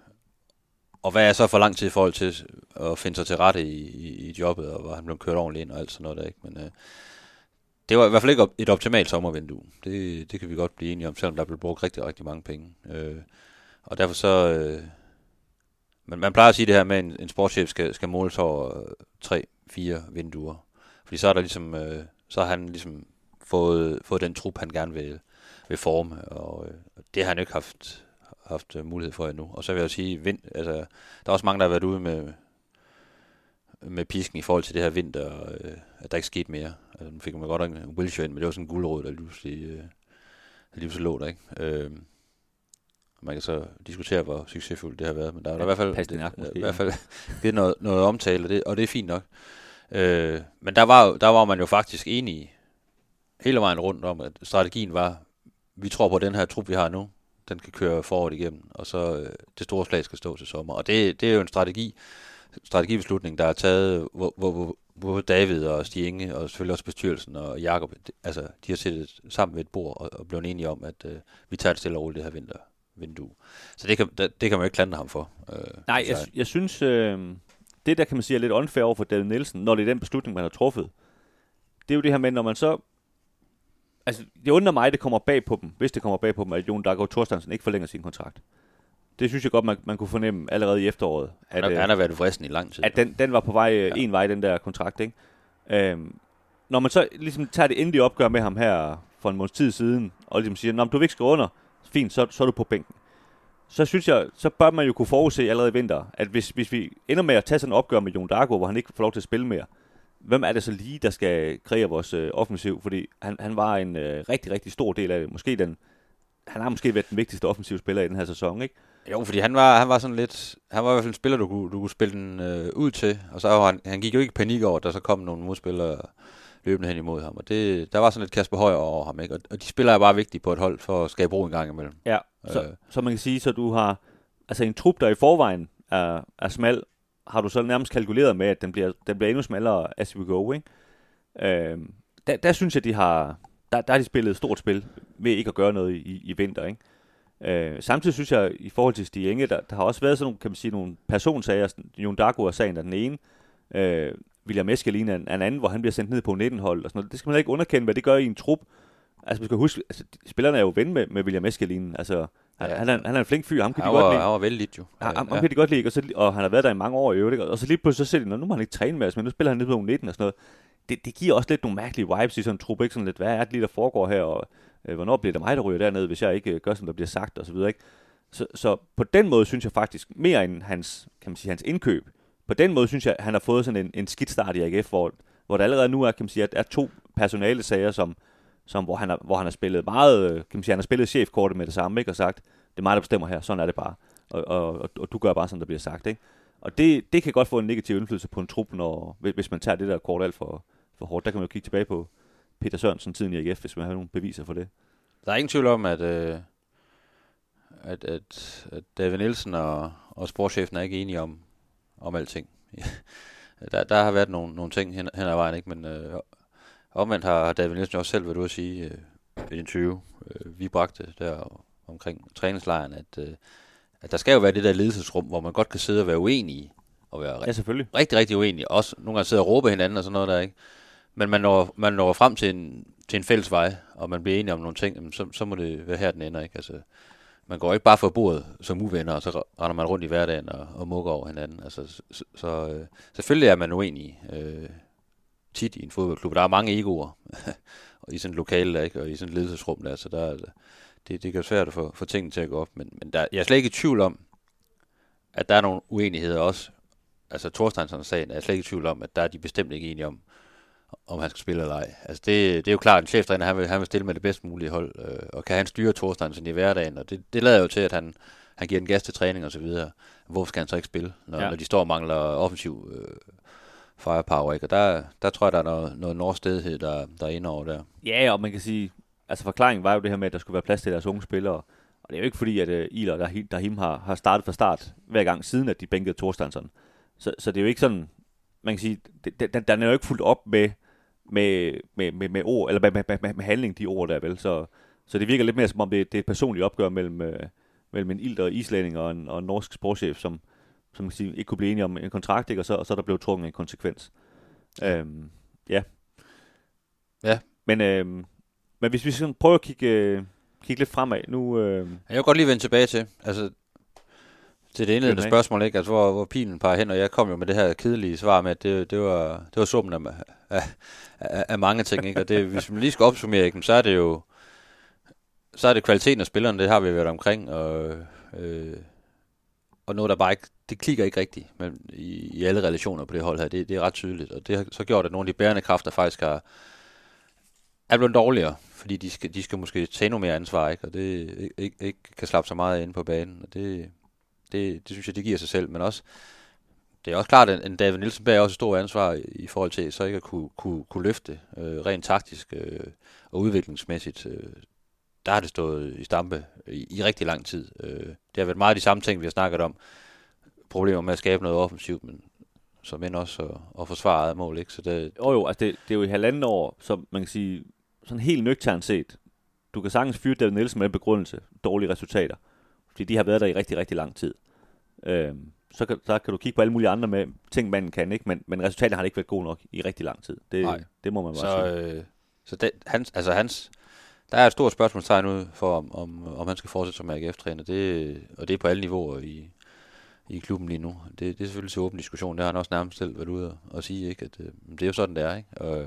og hvad er så for lang tid i forhold til at finde sig til rette i, i, i jobbet, og hvor han blev kørt ordentligt ind og alt sådan noget der, ikke? Men øh, det var i hvert fald ikke et optimalt sommervindue. Det, det kan vi godt blive enige om, selvom der blev brugt rigtig, rigtig mange penge. Øh, og derfor så... Øh, men man plejer at sige det her med, at en, en sportschef skal, skal måles over tre, fire vinduer. Fordi så er der ligesom... Øh, så har han ligesom fået, fået den trup, han gerne vil, vil forme. Og øh, det har han ikke haft, haft mulighed for endnu. Og så vil jeg sige, vind, altså, der er også mange, der har været ude med... med pisken i forhold til det her vinter, øh, at der ikke skete mere. Altså, nu fik man godt en Wilshere ind, men det var sådan en guldråd, der lige, øh, lige så lå der, ikke? Øh, man kan så diskutere, hvor succesfuldt det har været, men der er ja, i hvert fald, det, måske, i hvert fald givet noget, noget omtale, og det, og det er fint nok. Øh, men der var, der var man jo faktisk enige hele vejen rundt om, at strategien var, vi tror på, at den her trup, vi har nu, den kan køre forward igennem, og så øh, det store slag skal stå til sommer. Og det, det er jo en strategi, strategibeslutning, der er taget, hvor, hvor, hvor, hvor David og Stig Inge, og selvfølgelig også bestyrelsen og Jakob, altså de har siddet sammen ved et bord og, og blevet enige om, at øh, vi tager et stille og roligt det her vintervindue. Så det kan, det, det kan man jo ikke klandre ham for. Øh, Nej, jeg, jeg synes, øh, det der kan man sige er lidt unfair over for David Nielsen, når det er den beslutning, man har truffet. Det er jo det her med, når man så... Altså, det undrer mig, det kommer bag på dem, hvis det kommer bag på dem, at Jon Dago Torstensen ikke forlænger sin kontrakt. Det synes jeg godt, man, man kunne fornemme allerede i efteråret. At, han, har, han har været vristen i lang tid. At den, den var på vej ja. en vej, den der kontrakt, ikke? Øhm, når man så ligesom tager det endelige opgør med ham her for en måneds tid siden, og ligesom siger, nå, du vil ikke skrive under, fint, så, så er du på bænken. Så synes jeg, så bør man jo kunne forudse allerede i vinter, at hvis, hvis vi ender med at tage sådan et opgør med Jon Dago, hvor han ikke får lov til at spille mere, hvem er det så lige, der skal kreere vores øh, offensiv? Fordi han, han var en øh, rigtig, rigtig stor del af det. Måske den, han har måske været den vigtigste offensive spiller i den her sæson, ikke? Jo, fordi han var, han var sådan lidt... Han var i hvert fald en spiller, du kunne, du kunne spille den øh, ud til. Og så var han, han gik jo ikke i panik over, at der så kom nogle modspillere løbende hen imod ham. Og det, der var sådan lidt Kasper Højer over ham, ikke? Og, og de spiller er bare vigtige på et hold for at skabe ro en gang imellem. Ja, øh. så, så man kan sige, så du har... Altså en trup, der i forvejen er, er smal, har du så nærmest kalkuleret med, at den bliver, den bliver endnu smallere as we go, ikke? Øh, der, der synes jeg, de har... Der, der har de spillet et stort spil ved ikke at gøre noget i, i vinter, ikke? Øh, samtidig synes jeg, i forhold til Stig Inge, der, der har også været sådan nogle, kan man sige, nogle personsager. Jon Dago er sagen af den ene. Øh, William Eskelin er en, en anden, hvor han bliver sendt ned på nitten-hold og sådan noget. Det skal man ikke underkende, hvad det gør i en trup. Altså, man skal huske, altså, spillerne er jo ven med, med William Eskelin. Altså, han, ja. han, er, han er en flink fyr, ham kan han de var, godt lide. Han var vældig jo. Ja, ham, ham kan de godt lide, og, så, og han har været der i mange år i øvrigt. Og så lige pludselig så ser de, nu må han ikke træne med os, men nu spiller han ned på nitten og sådan noget. Det, det giver også lidt nogle mærkelige vibes i sådan en trup, ikke? Sådan lidt, hvad er det lige, der foregår her, og øh, hvornår bliver det mig, der ryger dernede, hvis jeg ikke øh, gør, som der bliver sagt, og så videre, ikke? Så, så på den måde synes jeg faktisk, mere end hans, kan man sige, hans indkøb, på den måde synes jeg, at han har fået sådan en, en skidt start i A G F, hvor, hvor der allerede nu er, kan man sige, at er to personale sager, som, som, hvor, han har, hvor han har spillet meget, kan man sige, han har spillet chefkortet med det samme, ikke? Og sagt, det er mig, der bestemmer her, sådan er det bare, og, og, og, og du gør bare, som der bliver sagt, ikke? Og det, det kan godt få en negativ indflydelse på en trup, når, hvis man tager det der kort alt for, for hårdt. Der kan man jo kigge tilbage på Peter Sørensen tiden i A G F, hvis man har nogle beviser for det. Der er ingen tvivl om, at, øh, at, at, at David Nielsen og, og sportschefen er ikke enige om, om alting. der, der har været nogle, nogle ting hen, hen ad vejen, ikke? Men øh, omvendt har David Nielsen også selv været ude at sige øh, i den tyve, øh, vi bragte der omkring træningslejren, at, øh, at der skal jo være det der ledelsesrum, hvor man godt kan sidde og være uenige, og være ja, selvfølgelig. rigtig, rigtig uenige. Også nogle gange sidde og råbe hinanden og sådan noget der, ikke? Men man når, man når frem til en, til en fælles vej, og man bliver enige om nogle ting, så, så må det være her, den ender, ikke? Altså, man går ikke bare for bordet som uvenner, og så render man rundt i hverdagen og, og mukker over hinanden. Altså, så, så øh, selvfølgelig er man uenig øh, tit i en fodboldklub. Der er mange egoer i sådan et lokale, der, ikke? Og i sådan et ledelsesrum der, så der, det, det kan være svært at få, få tingene til at gå op. Men, men der, jeg er slet ikke i tvivl om, at der er nogle uenigheder også. Altså Torstensson sagen er jeg slet ikke i tvivl om, at der er de bestemt ikke enige om, om han skal spille eller ej. Altså det, det er jo klart, at en cheftræner, han vil, han vil stille med det bedst mulige hold, øh, og kan han styre Torstensson i hverdagen, og det, det lader jo til, at han, han giver en gas til træning og så videre. Hvorfor skal han så ikke spille, når, ja. når de står og mangler offensiv øh, firepower, ikke? Og der, der tror jeg, der er noget, noget norskstedighed, der, der er inde over der. Ja, og man kan sige, altså forklaringen var jo det her med, at der skulle være plads til deres unge spillere, Og det er jo ikke fordi, at uh, Iler og Rahim, Rahim har, har startet fra start hver gang siden, at de bænkede Thorsteinsson. Så, så det er jo ikke sådan, man kan sige, det, den, den er jo ikke fuldt op med, med, med, med, med ord, eller med, med, med, med handling, de ord der vel. Så, så det virker lidt mere som om, det, det er et personligt opgør mellem, uh, mellem en ilter og islænding og en, og en norsk sportschef, som, som man kan sige, ikke kunne blive enige om en kontrakt, ikke? Og, så, og så er der blevet trukket en konsekvens. Ja. Øhm, ja. Ja. Men, øhm, men hvis vi sådan prøver at kigge, øh, kigge lidt fremad nu... Øh, jeg vil godt lige vende tilbage til, altså, til det indledende spørgsmål, ikke? Altså, hvor, hvor pilen peger hen, og jeg kom jo med det her kedelige svar med, at det, det var, det var summen af, af, af, af mange ting, ikke? Og det, hvis man lige skal opsummere, ikke, så er det jo så er det kvaliteten af spillerne, det har vi været omkring, og, øh, og noget, der bare ikke, det klikker ikke rigtigt men i, i alle relationer på det hold her, det, det er ret tydeligt, og det har så gjort, at nogle af de bærende kræfter faktisk har, er blevet dårligere, fordi de skal, de skal måske tage noget mere ansvar, ikke? Og det ikke, ikke, ikke kan slappe så meget inde på banen, og det, det, det synes jeg, det giver sig selv, men også, det er også klart, at en David Nielsen bærer også et stort ansvar i, i forhold til, så ikke at kunne, kunne, kunne løfte øh, rent taktisk øh, og udviklingsmæssigt. Øh, der har det stået i stampe i, i rigtig lang tid. Øh, det har været meget de samme ting, vi har snakket om. Problemer med at skabe noget offensivt, men som end også at, at forsvare eget mål, ikke? Så det, jo jo, altså det, det er jo i halvanden år, som man kan sige, sådan helt nøgternt set, du kan sagtens fyre David Nielsen med en begrundelse, dårlige resultater, fordi de har været der i rigtig, rigtig lang tid. Øhm, så, kan, så kan du kigge på alle mulige andre med ting, manden kan, ikke? Men, men resultatet har ikke været gode nok i rigtig lang tid. Det, det må man bare så, sige. Øh, så det, hans, altså hans, der er et stort spørgsmålstegn ud for, om, om, om han skal fortsætte som A G F-træner, det, og det er på alle niveauer i, i klubben lige nu. Det, det er selvfølgelig til åben diskussion, det har han også nærmest selv været ude og sige, ikke? At, øh, det er jo sådan, det er, ikke? Og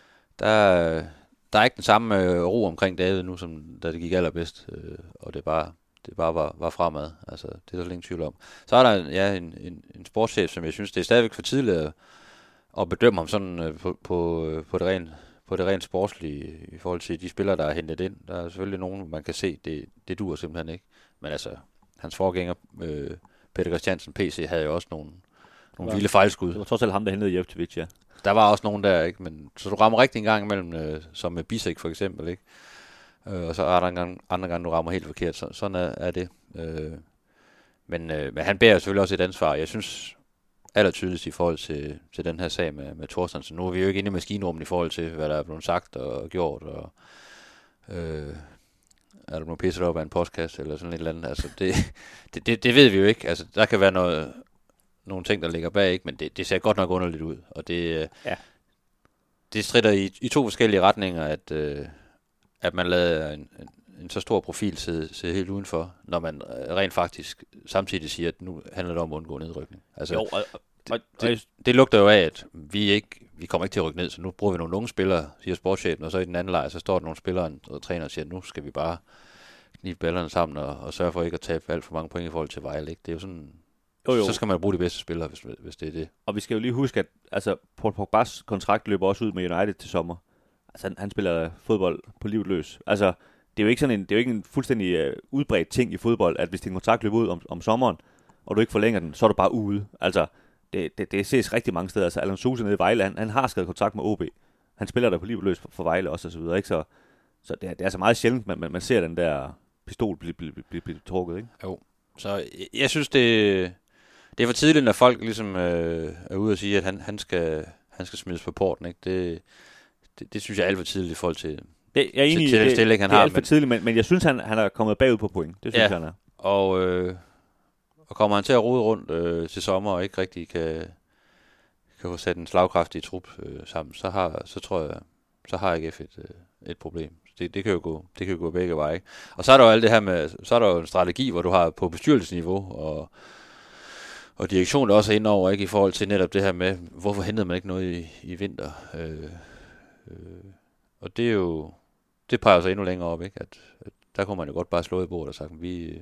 der, der er ikke den samme øh, ro omkring David nu, som da det gik allerbedst, øh, og det bare, det bare var, var fremad. Altså, det er der slet ingen tvivl om. Så er der ja, en, en, en sportschef, som jeg synes, det er stadigvæk for tidligt at, at bedømme ham sådan øh, på, på, øh, på det rent på det rent sportslige i forhold til de spillere, der er hentet ind. Der er selvfølgelig nogen, man kan se, det, det duer simpelthen ikke. Men altså, hans forgænger, øh, Peter Christiansen, P C, havde jo også nogle, nogle vilde fejlskud. Det var trods alt ham, der hentede Jevtovic, ja. Der var også nogen der, ikke? Men, så du rammer rigtig en gang imellem, øh, som med Bisek for eksempel, ikke? Øh, og så er der en gang, andre gange, du rammer helt forkert. Så, sådan er, er det. Øh, men, øh, men han bærer selvfølgelig også et ansvar. Jeg synes allertydeligst i forhold til, til den her sag med, med Thorsteinsson. Nu er vi jo ikke inde i maskinrummet i forhold til, hvad der er blevet sagt og gjort, og øh, er der blevet pisset op af en podcast eller sådan et eller andet. Altså, det, det, det, det ved vi jo ikke. Altså, der kan være noget, nogle ting, der ligger bag, ikke? Men det, det ser godt nok underligt ud, og det, ja. det stritter i, i to forskellige retninger, at, øh, at man lader en, en, en så stor profil sidde, sidde helt udenfor, når man rent faktisk samtidig siger, at nu handler det om at undgå nedrykning. Altså, jo, og, og, det, det, det lugter jo af, at vi ikke vi kommer ikke til at rykke ned, så nu bruger vi nogle unge spillere, siger sportschefen, og så i den anden lejr, så står der nogle spillere og træner og siger, at nu skal vi bare knibe ballerne sammen og, og sørge for ikke at tabe alt for mange point i forhold til Vejle. Ikke? Det er jo sådan, jo, jo. Så skal man bruge de bedste spillere, hvis, hvis det er det. Og vi skal jo lige huske, at altså, Paul Pogbas kontrakt løber også ud med United til sommer. Altså, han, han spiller fodbold på livet løs. Altså, det er jo ikke sådan en, det er jo ikke en fuldstændig uh, udbredt ting i fodbold, at hvis din kontrakt løber ud om, om sommeren, og du ikke forlænger den, så er du bare ude. Altså, det, det, det ses rigtig mange steder. Altså, Alan Sousa nede i Vejle, han, han har skrevet kontrakt med O B. Han spiller der på livet løs for, for Vejle også, og så videre, ikke? Så, så det, er, det er så meget sjældent, man, man, man ser den der pistol blive, blive, blive, blive trukket, ikke? Jo, så jeg, jeg synes, det, det er for tidligt, når folk ligesom øh, er ude og sige, at han, han, skal, han skal smides på porten, ikke? Det, det, det synes jeg er alt for tidligt i forhold til, det, jeg er enig, til, til det, den stilling, han det er har. alt for tidligt, men, men jeg synes, han, han er kommet bagud på point. Det synes ja, jeg, han er. Og, øh, og kommer han til at rode rundt øh, til sommer og ikke rigtig kan, kan få sat en slagkraftig trup øh, sammen, så, har, så tror jeg, så har A G F et, øh, et problem. Det, det kan jo gå, det kan jo gå begge veje. Og så er der jo alt det her med, så er der jo en strategi, hvor du har på bestyrelsesniveau og og direktionen er også ind over, ikke, i forhold til netop det her med, hvorfor hentede man ikke noget i, i vinter. Øh, øh, og det er jo, det peger så endnu længere op, ikke, at, at der kunne man jo godt bare slå i bordet og sagt, vi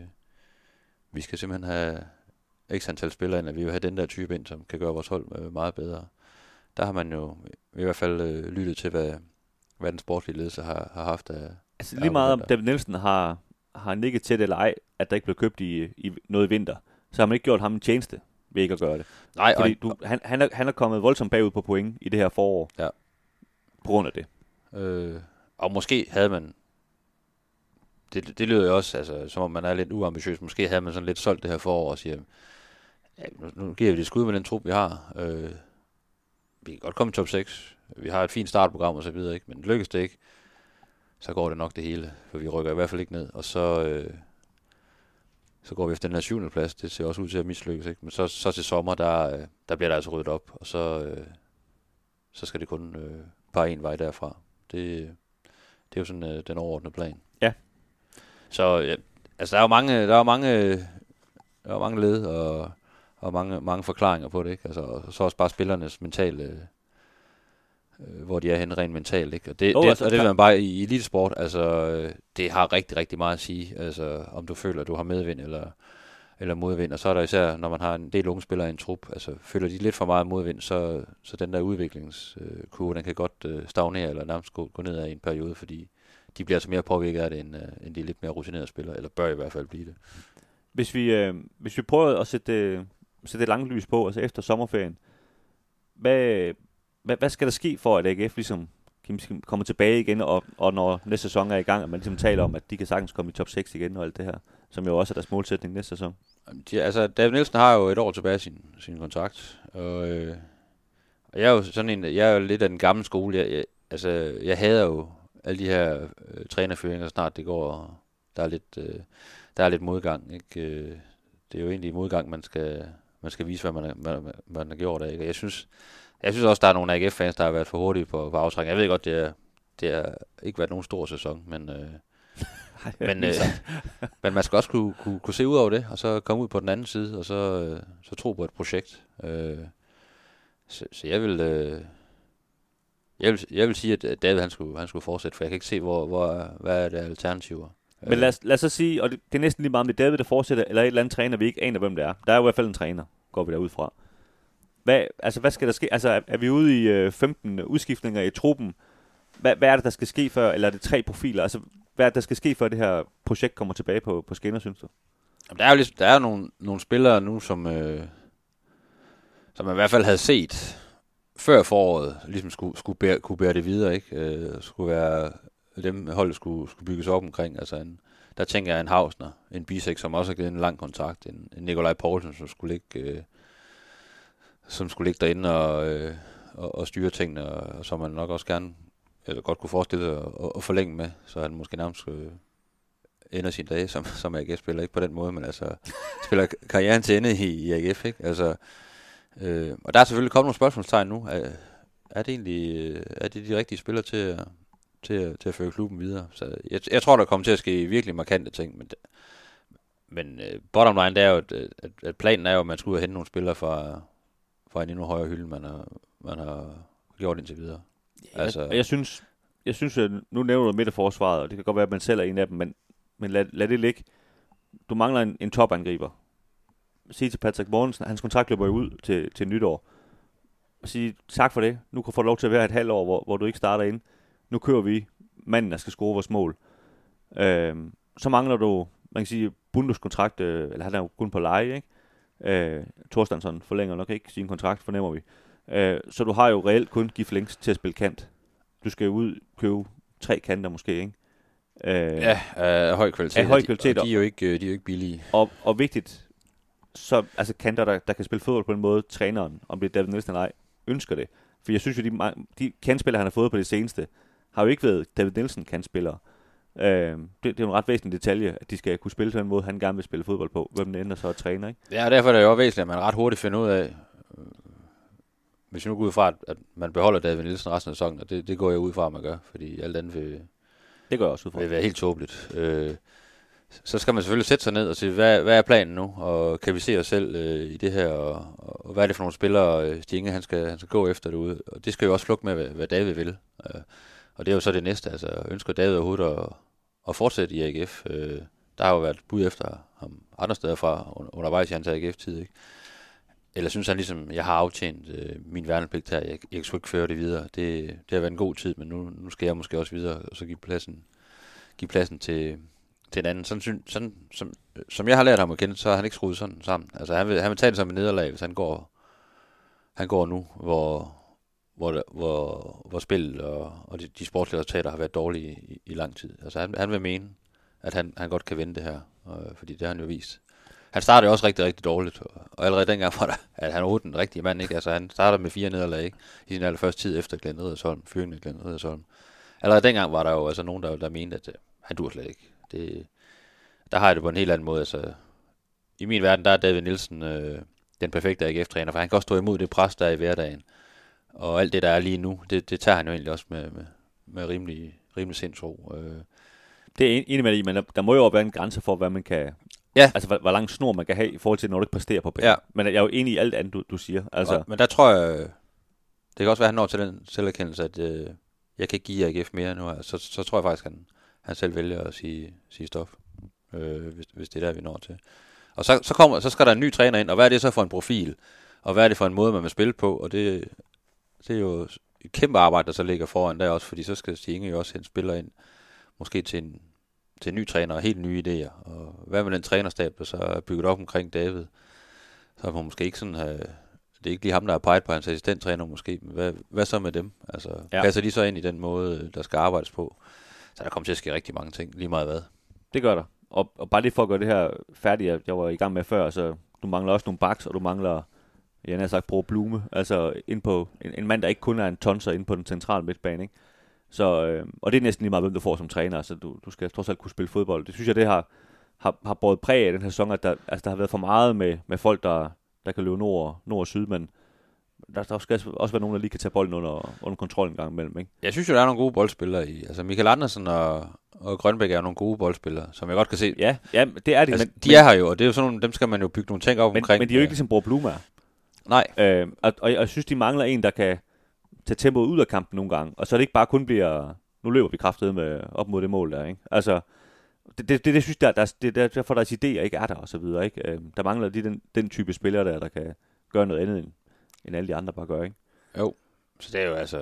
vi skal simpelthen have x antal spillere ind, at vi vil have den der type ind, som kan gøre vores hold meget bedre. Der har man jo i hvert fald øh, lyttet til, hvad hvad den sportslige ledelse har, har haft af... Altså lige meget om David Nielsen har, har nikket til det eller ej, at der ikke blev købt i, i noget i vinter, så har man ikke gjort ham en tjeneste ved ikke at gøre det. Nej, fordi du, han, han, er, han er kommet voldsomt bagud på point i det her forår. Ja. På grund af det. Øh, og måske havde man det, det lyder jo også, altså, som om man er lidt uambitiøs. Måske havde man sådan lidt solgt det her forår og siger, ja, nu, nu giver vi det skud med den trup, vi har. Øh, vi kan godt komme i top seks. Vi har et fint startprogram og så videre, ikke? Men lykkes det ikke, så går det nok det hele. For vi rykker i hvert fald ikke ned. Og så, øh, så går vi efter den her syvende plads. Det ser også ud til at mislykkes, ikke? Men så, så til sommer, der, der bliver der altså ryddet op. Og så, øh, så skal det kun øh, bare en vej derfra. Det, det er jo sådan øh, den overordnede plan. Ja. Så ja, altså der er jo mange, der er jo mange, der er mange led og, og mange, mange forklaringer på det, ikke? Altså, og så også bare spillernes mentale, øh, hvor de er henne rent mentalt, ikke? Og det, oh, det, altså, og det vil man bare i elitesport, altså øh, det har rigtig, rigtig meget at sige, altså om du føler, at du har medvind eller, eller modvind, og så er der især, når man har en del unge spillere i en trup, altså føler de lidt for meget modvind, så, så den der udviklingskurve, den kan godt øh, stagnere eller nærmest gå, gå ned ad i en periode, fordi de bliver altså mere påvirket af det, end, uh, end de lidt mere rutinerede spillere, eller bør i hvert fald blive det. Hvis vi, øh, hvis vi prøver at sætte, øh, sætte et langt lys på, altså efter sommerferien, hvad, hvad, hvad skal der ske for, at A G F ligesom kommer tilbage igen, og, og når næste sæson er i gang, at man ligesom taler om, at de kan sagtens komme i top seks igen og alt det her, som jo også er deres målsætning næste sæson? De, altså, David Nielsen har jo et år tilbage sin, sin kontrakt, og, øh, og jeg er jo sådan en, jeg er jo lidt af den gamle skole, jeg, jeg, altså, jeg hader jo alle de her øh, trænerføringer, snart det går, og der er lidt, øh, der er lidt modgang, ikke? Øh, det er jo egentlig modgang, man skal, man skal vise, hvad man, man, man har gjort af, ikke? Jeg synes, jeg synes også, der er nogle A G F-fans, der har været for hurtige på, på aftrækning. Jeg ved godt, det er, det har ikke været nogen stor sæson, men, øh, men, øh, men man skal også kunne, kunne, kunne se ud over det, og så komme ud på den anden side, og så, øh, så tro på et projekt. Øh, så, så jeg vil... Øh, Jeg vil, jeg vil sige, at David han skulle, han skulle fortsætte, for jeg kan ikke se, hvor, hvor, hvad er det alternativer. Men lad os, lad os så sige, og det, det er næsten lige meget med David, der fortsætter, eller et eller andet træner, vi ikke aner, hvem det er. Der er jo i hvert fald en træner, går vi derud fra. Hvad, altså, hvad skal der ske? Altså, er, er vi ude i øh, femten udskiftninger i truppen? Hvad, hvad er det, der skal ske før? Eller er det tre profiler? Altså, hvad er det, der skal ske, før det her projekt kommer tilbage på, på skinner, synes du? Der er jo ligesom, der er nogle, nogle spillere nu, som, øh, som man i hvert fald havde set før foråret, ligesom skulle, skulle bære, kunne bære det videre, ikke? Øh, skulle være dem, holdet skulle, skulle bygges op omkring. Altså en, der tænker jeg en Hausner, en Bisek, som også har givet en lang kontrakt, en, en Nikolaj Poulsen, som skulle ligge, øh, som skulle ligge derinde og, øh, og, og styre tingene, og, og som man nok også gerne, eller godt kunne forestille sig at, at forlænge med, så han måske nærmest øh, ender sine dage som, som A G F-spiller, ikke på den måde, men altså spiller karrieren til ende i, i A G F, ikke? Altså, Øh, og der er selvfølgelig kommet nogle spørgsmålstegn nu. Er, er det egentlig er det de rigtige spillere til at, til, at, til at føre klubben videre? Så jeg, jeg tror, der kommer til at ske virkelig markante ting. Men, men uh, bottom line, det er jo, at, at, at planen er jo, at man skal ud og hente nogle spillere fra, fra en endnu højere hylde, man har, man har gjort indtil videre. Ja, altså, jeg, jeg synes, jeg synes at nu nævner du midterforsvaret, og det kan godt være, at man selv er en af dem, men, men lad, lad det ligge. Du mangler en, en topangriber. Sige til Patrick Mortensen, hans kontrakt løber jo ud til, til nytår. Og sige tak for det. Nu kan du få lov til at være et halvt år, hvor, hvor du ikke starter ind. Nu kører vi manden, der skal score vores mål. Øhm, så mangler du, man kan sige, Bundos kontrakt, øh, eller han er jo kun på leje, ikke? Øh, Thorstensson forlænger nok ikke sin kontrakt, fornemmer vi. Øh, så du har jo reelt kun Gif Links til at spille kant. Du skal jo ud købe tre kanter måske, ikke? Øh, ja, af høj kvalitet. Af høj kvalitet. Og de er jo ikke, de er jo ikke billige. Og, og vigtigt, så altså kanter, der, der kan spille fodbold på en måde, træneren, om det er David Nielsen eller ej, ønsker det. For jeg synes jo, de, de kantspillere, han har fået på det seneste, har jo ikke været David Nielsen kantspillere. Øh, det, det er jo en ret væsentlig detalje, at de skal kunne spille på den måde, han gerne vil spille fodbold på, hvem den ender så er træner, ikke? Ja, og derfor er det jo væsentligt, at man ret hurtigt finder ud af, hvis vi nu går ud fra, at man beholder David Nielsen resten af sæsonen, og det, det går jeg ud fra, at man gør, fordi alt andet vil, det går jeg også ud fra. vil være helt tåbeligt. Øh, så skal man selvfølgelig sætte sig ned og sige, hvad, hvad er planen nu, og kan vi se os selv øh, i det her, og, og hvad er det for nogle spillere, øh, Stinge, han skal, han skal gå efter derude, og det skal jo også flugte med, hvad, hvad David vil. Øh, og det er jo så det næste, altså ønsker David overhovedet at, at fortsætte i A G F. Øh, der har jo været bud efter ham andre steder fra, undervejs i hans A G F-tid, ikke? Eller synes han ligesom, jeg har aftjent øh, min værnepligt her, jeg, jeg skulle ikke føre det videre. Det, det har været en god tid, men nu, nu skal jeg måske også videre, og så give pladsen, give pladsen til... til en anden. Sådan, sådan, som, som jeg har lært ham at kende, så har han ikke skruet sådan sammen. Altså han vil, han vil tage det som en nederlag, hvis han går, han går nu, hvor, hvor, hvor, hvor spillet og, og de, de sportslige resultater har været dårlige i, i lang tid. Altså han, han vil mene, at han, han godt kan vinde det her, og, fordi det har han jo vist. Han startede også rigtig, rigtig dårligt, og, og allerede dengang var der, at han var den rigtige mand, ikke? Altså han startede med fire nederlag, ikke? I sin allerførste tid efter Glenn Riddersholm, fyringen med Glenn Riddersholm. Allerede dengang var der jo altså nogen, der, der mente, at uh, han dur slet ikke. Det, der har jeg det på en helt anden måde, altså. I min verden, der er David Nielsen øh, den perfekte A G F-træner, for han kan også stå imod det pres, der er i hverdagen. Og alt det, der er lige nu, det, det tager han jo egentlig også med, med, med rimelig, rimelig sindsro. Øh. Det er enig med dig i, men der, der må jo være en grænse for, hvad man kan... Ja. Altså, hvor, hvor lang snor man kan have i forhold til, når du ikke præsterer på banen. Ja. Men jeg er jo enig i alt andet, du, du siger. Altså. Og, men der tror jeg... Det kan også være, at han når til den selverkendelse, at øh, jeg kan ikke give A G F mere nu. Så, så tror jeg faktisk, at han, han selv vælger at sige, sige stop, øh, hvis, hvis det er der, vi når til. Og så, så, kommer, så skal der en ny træner ind, og hvad er det så for en profil? Og hvad er det for en måde, man vil spille på? Og det, det er jo et kæmpe arbejde, der så ligger foran der også, fordi så skal Stig Inge jo også hente spillere ind, måske til en, til en ny træner og helt nye idéer. Og hvad med den trænerstab, der så er bygget op omkring David? Så må måske ikke sådan have... Det er ikke lige ham, der har peget på hans assistenttræner måske, men hvad, hvad så med dem? Altså, ja. Passer de så ind i den måde, der skal arbejdes på? Så der kommer til at ske rigtig mange ting, lige meget hvad. Det gør der. Og, og bare lige for at gøre det her færdigt, jeg var i gang med før, så du mangler også nogle backs, og du mangler, jeg har sagt, Bror Blume, altså ind på en, en mand, der ikke kun er en tonser inde på den centrale midtbane, ikke? Så, øh, og det er næsten lige meget, hvem du får som træner, så du, du skal trods alt kunne spille fodbold. Det synes jeg, det har, har, har båret præg af den her sæson, at der, altså, der har været for meget med, med folk, der, der kan løbe nord, nord og syd, men der, der skal også være nogen, der lige kan tage bolden under, under kontrol en gang imellem, ikke? Jeg synes jo, der er nogle gode boldspillere i. Altså Michael Andersen og, og Grønbæk er nogle gode boldspillere, som jeg godt kan se. Ja, ja det er de. Altså, men, de er her jo, og det er jo sådan nogle, dem skal man jo bygge nogle ting op men, omkring. Men de er jo ikke ligesom Bror Blume er. Nej. Øh, og, og jeg synes, de mangler en, der kan tage tempoet ud af kampen nogle gange, og så det ikke bare kun bliver, nu løber vi kraftedet med op mod det mål der, ikke? Altså, det, det, det, det synes jeg, der, det, det er derfor, deres idéer ikke er der, og så videre, ikke? Øh, der mangler de den, den type spillere der, der kan gøre noget andet, end, end alle de andre bare gør, ikke? Jo, så det er jo altså...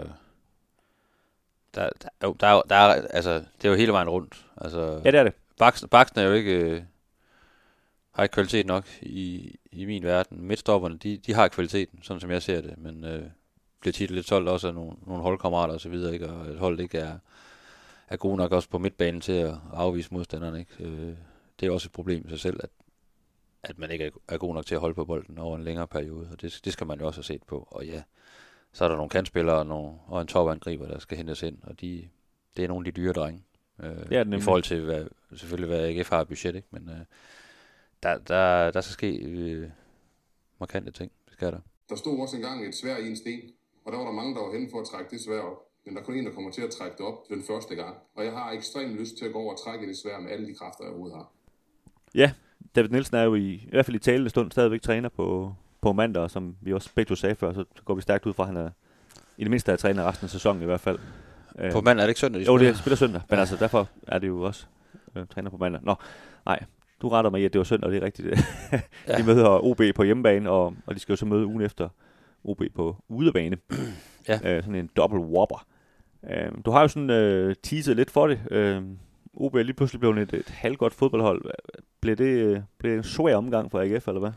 Der, der, jo, der, er, der er, altså, det er jo hele vejen rundt. Altså, ja, det er det. Baksen, baksen er jo ikke... Øh, har ikke kvalitet nok i, i min verden. Midtstopperne, de, de har kvaliteten, sådan som jeg ser det, men øh, bliver tit lidt solgt også af nogle, nogle holdkammerater og så videre, ikke? Og et hold ikke er, er god nok også på midtbanen til at afvise modstanderne, ikke? Øh, det er også et problem i sig selv, at, at man ikke er, er god nok til at holde på bolden over en længere periode, og det, det skal man jo også have set på. Og ja, så er der nogle kantspillere og, nogle, og en topangriber, der skal hentes ind, og de, det er nogle af de dyre drenge. Øh, det I forhold til, hvad, selvfølgelig hvad A G F har budget, ikke? Men øh, der, der, der skal ske øh, markante ting, det skal der. Der stod også engang et sværd i en sten, og der var der mange, der var henne for at trække det sværd op. Men der er kun en, der kommer til at trække det op den første gang. Og jeg har ekstremt lyst til at gå over og trække det sværd med alle de kræfter, jeg overhovedet har. Ja, David Nielsen er jo i, i hvert fald i talende stund stadigvæk træner på, på mandag, som vi også begge to sagde før, så går vi stærkt ud fra, at han er i det mindste er træner resten af sæsonen i hvert fald. På mandag er det ikke søndag, de Jo, det spiller søndag, men altså derfor er det jo også øh, træner på mandag. Nå, nej, du retter mig i, at det var søndag, og det er rigtigt. Ja. De møder O B på hjemmebane, og, og de skal jo så møde ugen efter O B på udebane. Ja. Øh, sådan en double whopper. Øh, du har jo sådan øh, teaset lidt for det. Øh, O B er lige pludselig blevet et, et halvgodt fodboldhold. Blev det, øh, blev det en svær omgang for A G F, eller hvad?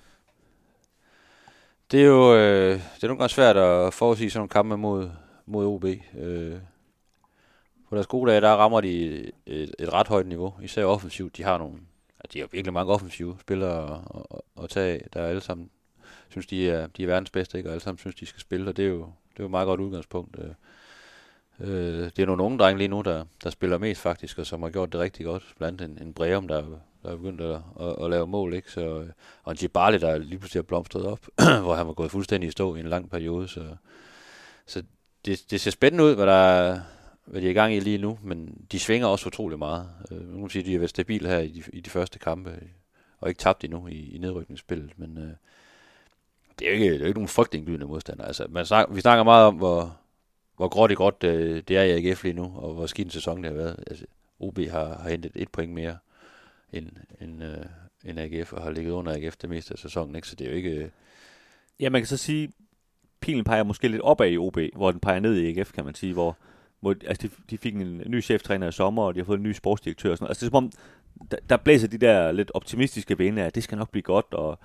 Det er jo øh, det er nogle gange svært at forudsige sådan nogle kampe mod, mod O B. Øh, på deres gode dage, der rammer de et, et ret højt niveau, især offensivt. De har nogle, de har virkelig mange offensive spillere at, at, at tage af, der alle sammen synes, de er, de er verdens bedste, ikke? Og alle sammen synes, de skal spille, og det er jo, det er jo et meget godt udgangspunkt. Øh, det er nogle unge drenge lige nu, der, der spiller mest faktisk, og som har gjort det rigtig godt. Blandt en, en Breum, der, der er begyndt at, at, at lave mål, ikke? Så, og en Djibali, der lige pludselig har blomstret op, hvor han var gået fuldstændig i stå i en lang periode. Så, så det, det ser spændende ud, hvad, der, hvad de er i gang i lige nu, men de svinger også utrolig meget. Øh, nu kan sige, at de har været stabile her i de, i de første kampe, og ikke tabt endnu i, i nedrykningsspillet, men øh, det er jo ikke, det er jo ikke nogen frygtindgydende modstander. Altså, man snak, vi snakker meget om, hvor hvor gråt i gråt det, det er i A G F lige nu, og hvor skidt en sæson det har været. Altså, O B har, har hentet et point mere end, end, øh, end A G F, og har ligget under A G F det meste af sæsonen, ikke? Så det er jo ikke... Øh... Ja, man kan så sige, pilen peger måske lidt opad i O B, hvor den peger ned i A G F, kan man sige, hvor, hvor altså de, de fik en ny cheftræner i sommer, og de har fået en ny sportsdirektør og sådan noget. Altså det er som om, der, der blæser de der lidt optimistiske vinde af, at det skal nok blive godt, og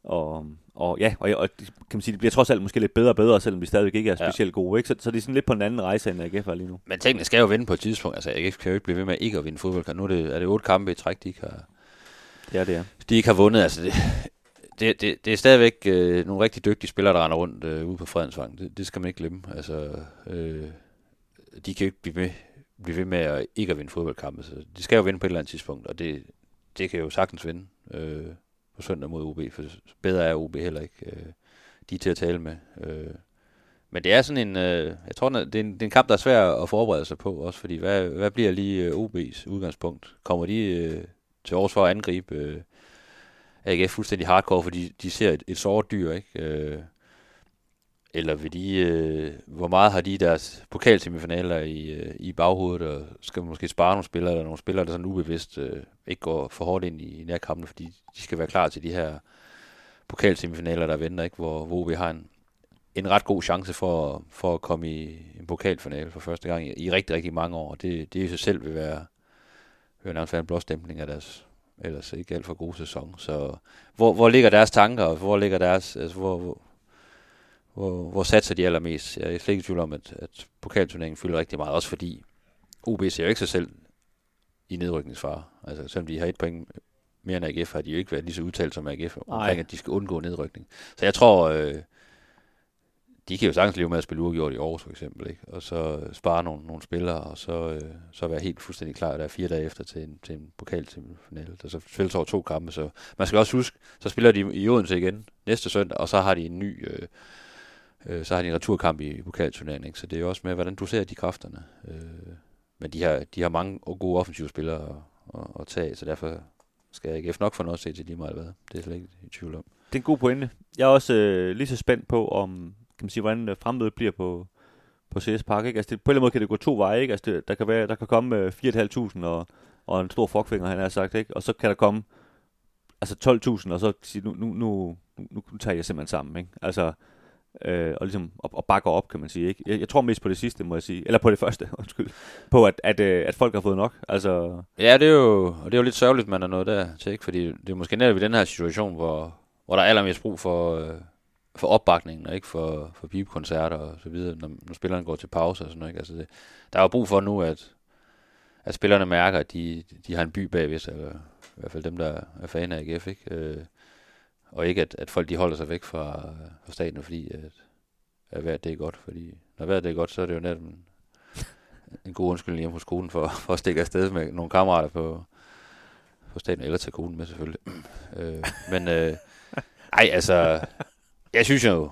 Og, og ja, og, og kan man sige, det bliver trods alt måske lidt bedre og bedre, selvom de stadigvæk ikke er specielt ja. gode. Ikke? Så, så det er sådan lidt på en anden rejse, end A G F er lige nu. Men tingene skal jo vinde på et tidspunkt. Altså, A G F kan jo ikke blive ved med ikke at vinde fodboldkamp. Nu er det, er det otte kampe i træk, de ikke har, ja, det er. De ikke har vundet. Altså, det, det, det, det er stadigvæk øh, nogle rigtig dygtige spillere, der render rundt øh, ude på Fredensvang. Det, det skal man ikke glemme. Altså, øh, de kan jo ikke blive ved, blive ved med at ikke at vinde fodboldkampe. Så de skal jo vinde på et eller andet tidspunkt, og det, det kan jo sagtens vinde. Øh, på søndag mod O B, for bedre er O B heller ikke. Øh, de er til at tale med. Øh, men det er sådan en, øh, jeg tror, det er en, det er en kamp, der er svær at forberede sig på, også fordi, hvad, hvad bliver lige øh, O B's udgangspunkt? Kommer de øh, til års for at angribe øh, A G F fuldstændig hardcore, fordi de ser et, et såret dyr, ikke? Øh, eller vil de, øh, hvor meget har de deres pokalsemifinaler i, øh, i baghovedet, og skal måske spare nogle spillere, eller nogle spillere, der sådan ubevidst øh, ikke går for hårdt ind i, i nærkampen, fordi de skal være klar til de her pokalsemifinaler, der venter, ikke? Hvor, hvor O B har en, en ret god chance for, for at komme i en pokalfinale for første gang i, i rigtig, rigtig mange år. Det, det i sig selv vil være, vil nærmest være en blåstempling af deres ellers ikke alt for gode sæson. Så hvor, hvor ligger deres tanker, og hvor ligger deres, altså hvor, hvor Hvor, hvor satser de allermest? Jeg er slet ikke i tvivl om, at, at pokalturneringen fylder rigtig meget, også fordi O B ser jo ikke sig selv i nedrykningsfare. Altså selvom de har et point mere end A G F, har de jo ikke været lige så udtalt som A G F omkring, at de skal undgå nedrykning. Så jeg tror, øh, de kan jo sagtens leve med at spille uafgjort i Aarhus for eksempel, ikke? Og så spare nogle, nogle spillere, og så, øh, så være helt fuldstændig klar, der er fire dage efter til en, til en pokalfinale. Der så spilles over to kampe, så man skal også huske, så spiller de i Odense igen næste søndag, og så har de en ny... Øh, så har de en returkamp i pokalturneringen, ikke? Så det er jo også med, hvordan du ser de kræfterne. Øh, men de har, de har mange gode offensive spillere at, at, at tage, så derfor skal A G F nok få noget at se til lige meget hvad. Det er slet ikke i tvivl om. Det er en god pointe. Jeg er også øh, lige så spændt på, om, kan man sige, hvordan fremmødet bliver på, på C S Park. Ikke? Altså det, på en eller anden måde kan det gå to veje. Ikke? Altså det, der, kan være, der kan komme øh, fire tusind fem hundrede og, og en stor fuckfinger, han har sagt. Ikke? Og så kan der komme altså tolv tusind, og så sige, nu, nu, nu, nu, nu tager jeg simpelthen sammen. Ikke? Altså... Øh, og ligesom og, og bakker op, kan man sige. Ikke? Jeg, jeg tror mest på det sidste, må jeg sige. Eller på det første, undskyld. På at, at, øh, at folk har fået nok. Altså... Ja, det er jo, og det er jo lidt sørgeligt, man er nået der til, ikke? Fordi det er måske netop i den her situation, hvor, hvor der er allermest brug for, øh, for opbakningen, og ikke for, for pibekoncerter og så videre, når, når spillerne går til pause og sådan noget. Ikke? Altså det, der er jo brug for nu, at, at spillerne mærker, at de, de har en by bagved sig, eller i hvert fald dem, der er fan af A G F, ikke? Øh, Og ikke, at, at folk de holder sig væk fra, fra staten, fordi at, at vejret det er godt. Fordi når vejret det er godt, så er det jo netop en, en god undskyldning hjemme på skolen for, for at stikke afsted med nogle kammerater på, på staten, eller tage konen med selvfølgelig. øh, men øh, ej, altså, jeg synes jo,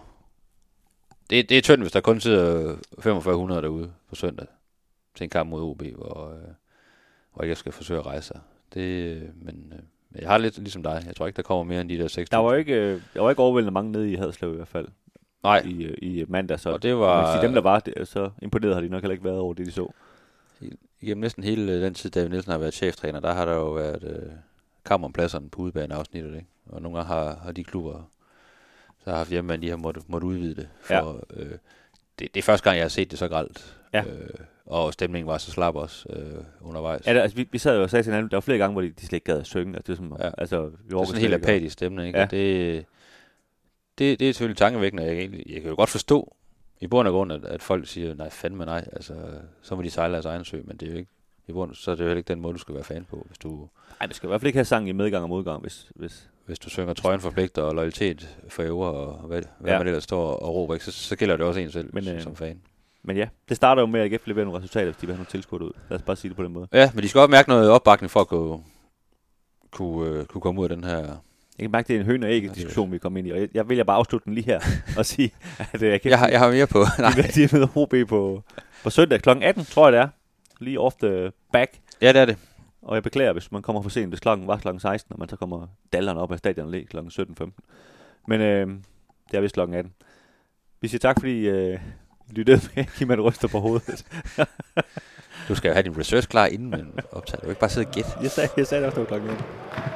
det, det er tyndt, hvis der kun sidder fyrre hundrede derude på søndag til en kamp mod O B, hvor, øh, hvor jeg skal forsøge at rejse sig. Det, men... Øh, Jeg har lidt ligesom dig. Jeg tror ikke, der kommer mere end de der seks tusind. Der var ikke, øh, der var ikke overvældende mange nede i Haderslev i hvert fald. Nej. I, øh, i mandag. Så og det var... sige, dem, der var det, så imponeret har de nok heller ikke været over det, de så. Igennem næsten hele den tid, David Nielsen har været cheftræner, der har der jo været øh, kamp om pladserne på udebaneafsnittet, ikke? Og nogle gange har, har de klubber, så har haft hjemme, de har måttet måtte udvide det. For, ja. øh, det. Det er første gang, jeg har set det så grelt. Ja. Øh, og stemningen var så slap også øh, undervejs. Ja, der, altså, vi, vi sad jo og sagde til hinanden, der var flere gange, hvor de, de slet ikke gad at synge. Altså, det er, som, ja. altså, vi det er sådan en helt apatisk stemning, ikke? Ja. Det, det, det er selvfølgelig tankevækkende. Jeg, jeg, jeg kan jo godt forstå i bund og grund, at, at folk siger, nej, fandme nej, altså, så må de sejle deres egen sø, men det er jo ikke, i bund, så er det jo heller ikke den måde, du skal være fan på, hvis du... Nej, du skal i hvert fald ikke have sang i medgang og modgang, hvis... hvis Hvis du synger trøjen forpligter og loyalitet for øver, og hvad, hvad ja. man ellers står og råber, ikke? Så, så gælder det også en selv men, øh, som fan. Men ja, det starter jo med, at A G F leverer nogle resultater, hvis de vil have nogle tilskud ud. Lad os bare sige det på den måde. Ja, men de skal også mærke noget opbakning for at kunne, kunne, uh, kunne komme ud af den her... Jeg kan mærke, det er en høn- og æg-diskussion, vi kommer ind i, og jeg, jeg vil jeg bare afslutte den lige her og sige, at jeg kan... Jeg har, jeg har mere på. Nej. De er med O B på, på søndag klokken atten, tror jeg det er. Lige off the back. Ja, det er det. Og jeg beklager, hvis man kommer for sent, hvis klokken var klokken seksten, og man så kommer dallerne op af stadion og klokken sytten femten. Men øh, det er vist klokken atten. Vi siger tak, fordi øh, I lyttede med. Giv mig et ryster på hovedet. Du skal jo have din research klar inden man optager. Du kan ikke bare sidde og gætte. Jeg sagde, jeg sagde det også, det var klokken atten.